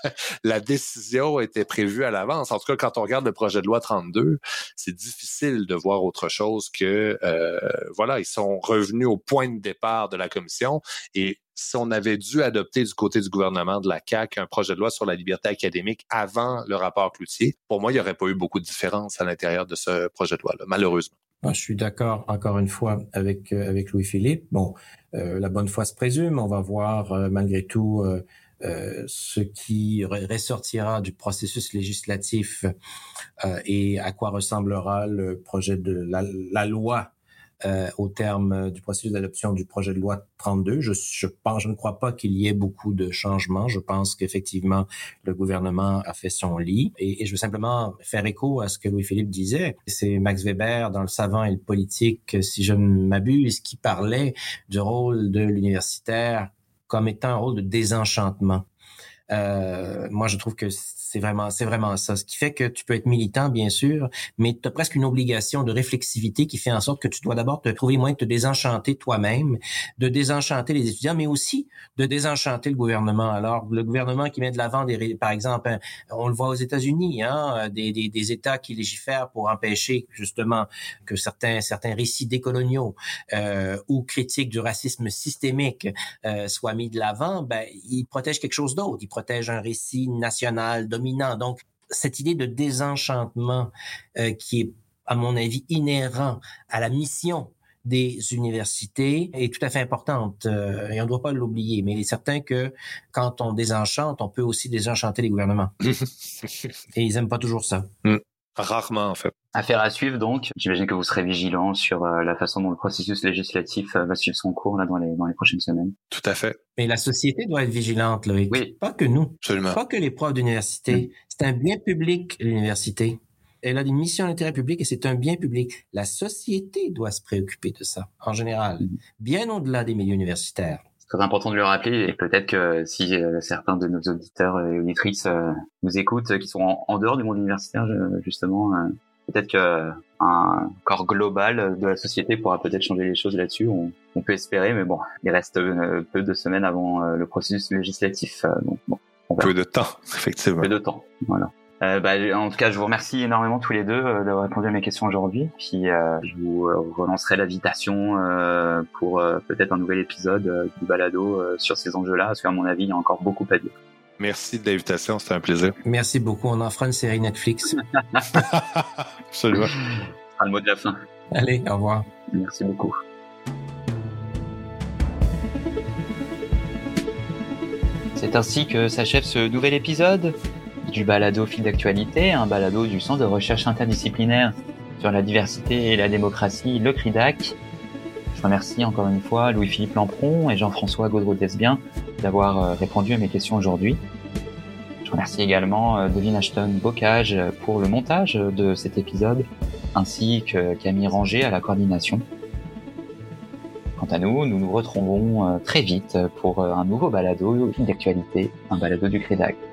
La décision était prévue à l'avance. En tout cas, quand on regarde le projet de loi trente-deux, c'est difficile de voir autre chose que, euh, voilà, ils sont revenus au point de départ de la commission et si on avait dû adopter du côté du gouvernement de la C A Q un projet de loi sur la liberté académique avant le rapport Cloutier, pour moi, il n'y aurait pas eu beaucoup de différence à l'intérieur de ce projet de loi-là, malheureusement. Je suis d'accord, encore une fois, avec euh, avec Louis-Philippe. Bon, euh, la bonne foi se présume. On va voir, euh, malgré tout, euh, euh, ce qui ressortira du processus législatif euh, et à quoi ressemblera le projet de la, la loi Euh, au terme du processus d'adoption du projet de loi trente-deux. Je, je pense, je ne crois pas qu'il y ait beaucoup de changements. Je pense qu'effectivement, le gouvernement a fait son lit. Et, et je veux simplement faire écho à ce que Louis-Philippe disait. C'est Max Weber, dans Le Savant et le politique, si je ne m'abuse, qui parlait du rôle de l'universitaire comme étant un rôle de désenchantement. Euh, moi, je trouve que c'est vraiment, c'est vraiment ça. Ce qui fait que tu peux être militant, bien sûr, mais tu as presque une obligation de réflexivité qui fait en sorte que tu dois d'abord te trouver moyen de te désenchanter toi-même, de désenchanter les étudiants, mais aussi de désenchanter le gouvernement. Alors, le gouvernement qui met de l'avant des, par exemple, on le voit aux États-Unis, hein, des, des, des États qui légifèrent pour empêcher justement que certains, certains récits décoloniaux euh, ou critiques du racisme systémique euh, soient mis de l'avant. Ben, ils protègent quelque chose d'autre. Ils protègent un récit national dominant. Donc, cette idée de désenchantement euh, qui est, à mon avis, inhérent à la mission des universités est tout à fait importante euh, et on ne doit pas l'oublier. Mais il est certain que quand on désenchante, on peut aussi désenchanter les gouvernements. Et ils n'aiment pas toujours ça. Mm. Rarement, en fait. Affaire à suivre, donc. J'imagine que vous serez vigilants sur euh, la façon dont le processus législatif euh, va suivre son cours là dans les dans les prochaines semaines. Tout à fait. Mais la société doit être vigilante, Loïc. Oui. Pas que nous. Absolument. Pas que les profs d'université. Mmh. C'est un bien public, l'université. Elle a une mission d'intérêt public et c'est un bien public. La société doit se préoccuper de ça, en général, mmh. bien au-delà des milieux universitaires. C'est très important de le rappeler et peut-être que si euh, certains de nos auditeurs et auditrices euh, nous écoutent, euh, qui sont en, en dehors du monde universitaire, justement, euh, peut-être qu'un corps global de la société pourra peut-être changer les choses là-dessus. On, on peut espérer, mais bon, il reste euh, peu de semaines avant euh, le processus législatif. Euh, donc bon, on verra. Peu de temps, effectivement. Peu de temps, voilà. Euh, bah, en tout cas, je vous remercie énormément tous les deux euh, d'avoir répondu à mes questions aujourd'hui. Puis, euh, je vous euh, relancerai l'invitation euh, pour euh, peut-être un nouvel épisode euh, du balado euh, sur ces enjeux-là, parce qu'à mon avis, il y a encore beaucoup à dire. Merci de l'invitation, c'était un plaisir. Merci beaucoup. On en fera une série Netflix. Absolument. Ce sera le mot de la fin. Allez, au revoir. Merci beaucoup. C'est ainsi que s'achève ce nouvel épisode du balado Fil d'actualité, un balado du Centre de recherche interdisciplinaire sur la diversité et la démocratie, le C R I D A C. Je remercie encore une fois Louis-Philippe Lampron et Jean-François Gaudreau-Desbiens d'avoir répondu à mes questions aujourd'hui. Je remercie également Devine Ashton-Bocage pour le montage de cet épisode, ainsi que Camille Ranger à la coordination. Quant à nous, nous nous retrouvons très vite pour un nouveau balado d'actualité, un balado du Crédag.